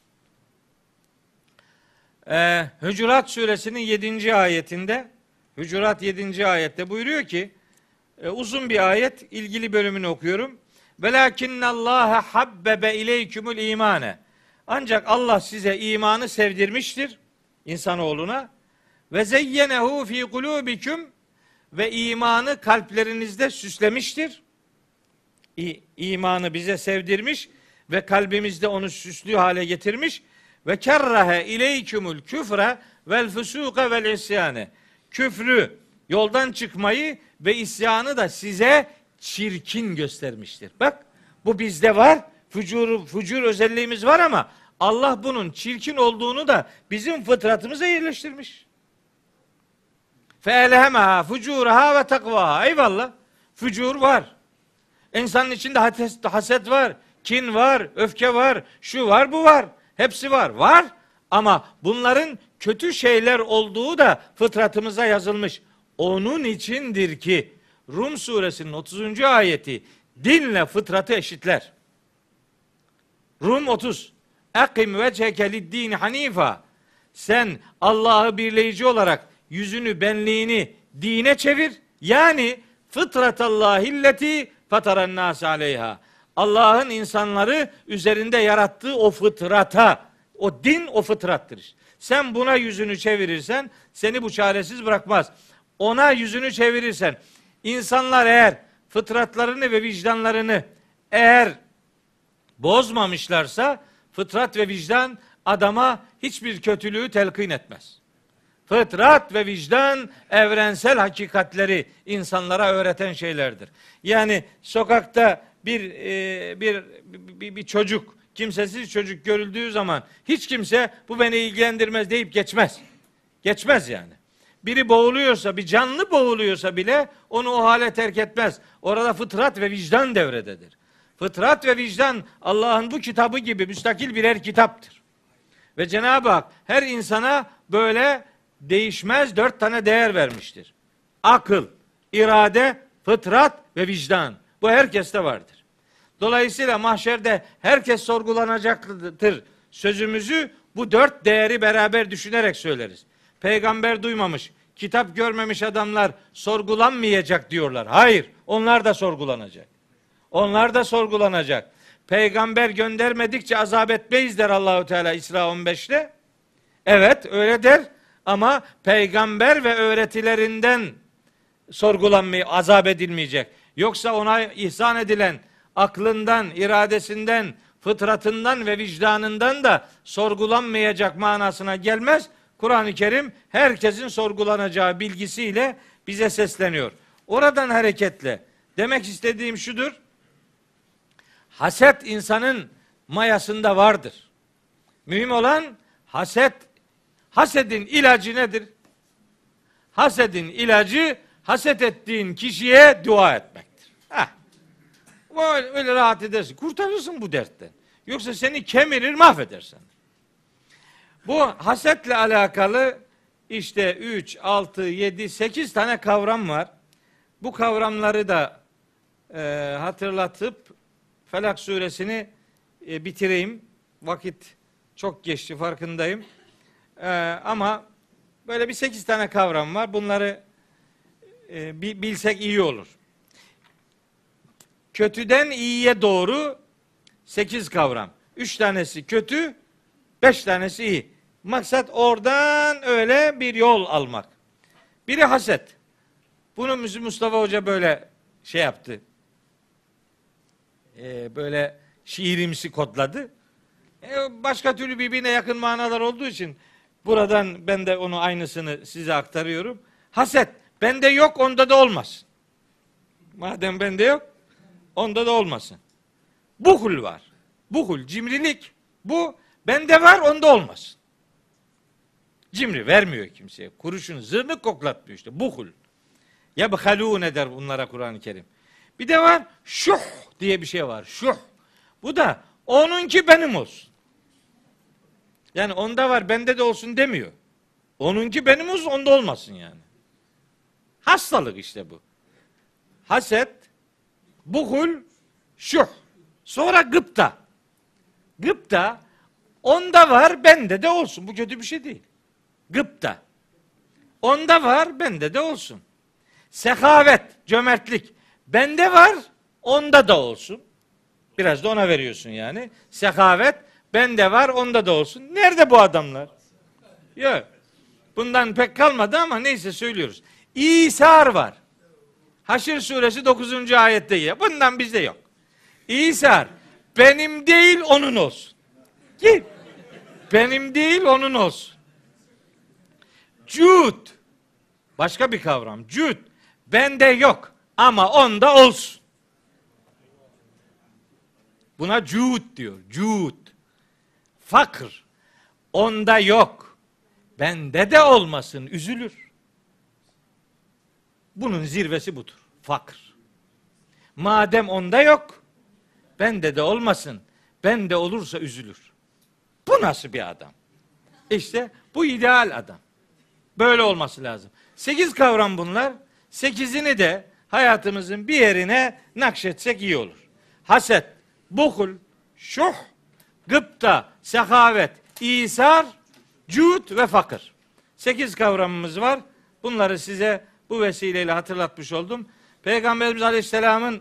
Hucurat suresinin 7. ayetinde Hucurat 7. ayette buyuruyor ki uzun bir ayet, ilgili bölümünü okuyorum. Velakinnallaha habbebe ileykumul imane. Ancak Allah size imanı sevdirmiştir insanoğluna. Ve zeyyenehu fi kulubikum, ve imanı kalplerinizde süslemiştir. İmanı bize sevdirmiş ve kalbimizde onu süslü hale getirmiş. Ve kerrahe ileykumul küfre vel fusuka vel isyane. Küfrü, yoldan çıkmayı ve isyanı da size çirkin göstermiştir. Bak, bu bizde var. Fucur özelliğimiz var ama Allah bunun çirkin olduğunu da bizim fıtratımıza yerleştirmiş. Feelhemeha fucuraha ve takvaha. Eyvallah. Fücur var. İnsanın içinde haset var, kin var, öfke var, şu var, bu var. Hepsi var. Var. Ama bunların kötü şeyler olduğu da fıtratımıza yazılmış. Onun içindir ki Rum suresinin 30. ayeti dinle fıtratı eşitler. Rum 30. Ekim vecheke lid-din hanifa. Sen Allah'ı birleyici olarak yüzünü, benliğini dine çevir. Yani fıtratallahilleti fataran nas aleyha. Allah'ın insanları üzerinde yarattığı o fıtrata, o din o fıtrattır. Sen buna yüzünü çevirirsen seni bu çaresiz bırakmaz. Ona yüzünü çevirirsen, insanlar eğer fıtratlarını ve vicdanlarını eğer bozmamışlarsa, fıtrat ve vicdan adama hiçbir kötülüğü telkin etmez. Fıtrat ve vicdan evrensel hakikatleri insanlara öğreten şeylerdir. Yani sokakta bir çocuk, kimsesiz çocuk görüldüğü zaman hiç kimse bu beni ilgilendirmez deyip geçmez. Geçmez yani. Biri boğuluyorsa, bir canlı boğuluyorsa bile onu o hale terk etmez. Orada fıtrat ve vicdan devrededir. Fıtrat ve vicdan Allah'ın bu kitabı gibi müstakil birer kitaptır. Ve Cenab-ı Hak her insana böyle değişmez 4 tane değer vermiştir. Akıl, irade, fıtrat ve vicdan. Bu herkeste vardır. Dolayısıyla mahşerde herkes sorgulanacaktır sözümüzü bu 4 değeri beraber düşünerek söyleriz. Peygamber duymamış, kitap görmemiş adamlar sorgulanmayacak diyorlar. Hayır, onlar da sorgulanacak. Onlar da sorgulanacak. Peygamber göndermedikçe azap etmeyiz der Allahu Teala İsra 15'te. Evet, öyle der ama peygamber ve öğretilerinden azap edilmeyecek. Yoksa ona ihsan edilen aklından, iradesinden, fıtratından ve vicdanından da sorgulanmayacak manasına gelmez. Kur'an-ı Kerim herkesin sorgulanacağı bilgisiyle bize sesleniyor. Oradan hareketle demek istediğim şudur. Haset insanın mayasında vardır. Mühim olan hasedin ilacı nedir? Hasedin ilacı haset ettiğin kişiye dua etmektir. Öyle rahat edersin. Kurtarırsın bu dertten. Yoksa seni kemirir, mahvedersin. Bu hasetle alakalı işte 3, 6, 7, 8 tane kavram var. Bu kavramları da hatırlatıp Felak suresini bitireyim. Vakit çok geçti, farkındayım. Ama böyle bir 8 tane kavram var. Bunları bilsek iyi olur. Kötüden iyiye doğru 8 kavram. 3 tanesi kötü, 5 tanesi iyi. Maksat oradan öyle bir yol almak. Biri haset. Bunu Mustafa Hoca böyle şey yaptı. Böyle şiirimsi kodladı. Başka türlü birbirine yakın manalar olduğu için buradan ben de onu aynısını size aktarıyorum. Haset. Bende yok, onda da olmasın. Madem bende yok, onda da olmasın. Buhul var. Buhul, cimrilik. Bu bende var, onda olmasın. Cimri vermiyor kimseye. Kuruşunu zırnık koklatmıyor işte. Buhul. Yebhalûn eder bunlara Kur'an-ı Kerim. Bir de var şuh diye bir şey var. Şuh. Bu da onunki benim olsun. Yani onda var bende de olsun demiyor. Onunki benim olsun onda olmasın yani. Hastalık işte bu. Haset, buhul, şuh. Sonra gıpta. Gıpta onda var bende de olsun. Bu kötü bir şey değil. Gıpta. Onda var bende de olsun. Sehavet, cömertlik. Bende var onda da olsun. Biraz da ona veriyorsun yani. Sehavet bende var onda da olsun. Nerede bu adamlar? Yok. Bundan pek kalmadı ama neyse söylüyoruz. İsar var. Haşr suresi 9. ayette ya. Bundan bizde yok. İsar benim değil onun olsun. Ki benim değil onun olsun. Cud başka bir kavram. Cud bende yok ama onda olsun. Buna cud diyor. Cud. Fakr. Onda yok. Bende de olmasın. Üzülür. Bunun zirvesi budur. Fakr. Madem onda yok, bende de olmasın. Bende olursa üzülür. Bu nasıl bir adam? İşte bu ideal adam. Böyle olması lazım. 8 kavram bunlar. 8'ini de hayatımızın bir yerine nakşetsek iyi olur. Haset, buhul, şuh, gıpta, sehavet, İsar, cud ve fakir. 8 kavramımız var. Bunları size bu vesileyle hatırlatmış oldum. Peygamberimiz Aleyhisselam'ın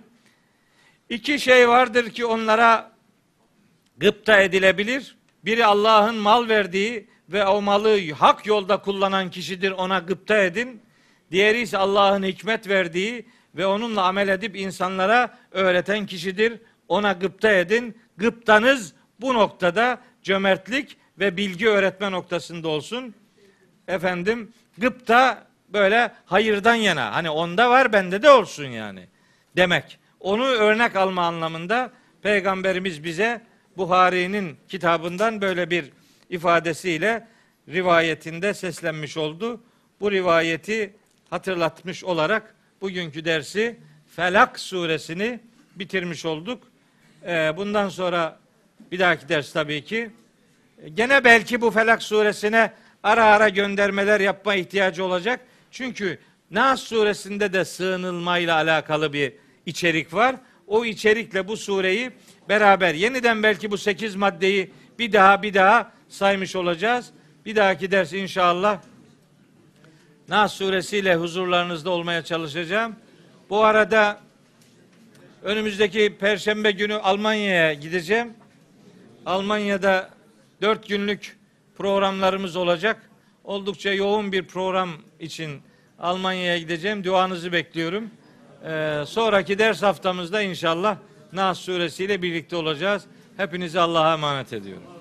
2 şey vardır ki onlara gıpta edilebilir. Biri Allah'ın mal verdiği ve o malı hak yolda kullanan kişidir, ona gıpta edin. Diğeri ise Allah'ın hikmet verdiği ve onunla amel edip insanlara öğreten kişidir, ona gıpta edin. Gıptanız bu noktada cömertlik ve bilgi öğretme noktasında olsun. Efendim gıpta böyle hayırdan yana, hani onda var bende de olsun yani demek. Onu örnek alma anlamında Peygamberimiz bize Buhari'nin kitabından böyle bir ifadesiyle rivayetinde seslenmiş oldu. Bu rivayeti hatırlatmış olarak bugünkü dersi Felak suresini bitirmiş olduk. Bundan sonra bir dahaki ders tabii ki gene belki bu Felak suresine ara ara göndermeler yapma ihtiyacı olacak. Çünkü Nas suresinde de sığınılmayla alakalı bir içerik var. O içerikle bu sureyi beraber yeniden belki bu 8 maddeyi bir daha saymış olacağız. Bir dahaki ders inşallah Nas suresiyle huzurlarınızda olmaya çalışacağım. Bu arada önümüzdeki Perşembe günü Almanya'ya gideceğim. Almanya'da 4 günlük programlarımız olacak. Oldukça yoğun bir program için Almanya'ya gideceğim. Duanızı bekliyorum. Sonraki ders haftamızda inşallah Nas suresiyle birlikte olacağız. Hepinizi Allah'a emanet ediyorum.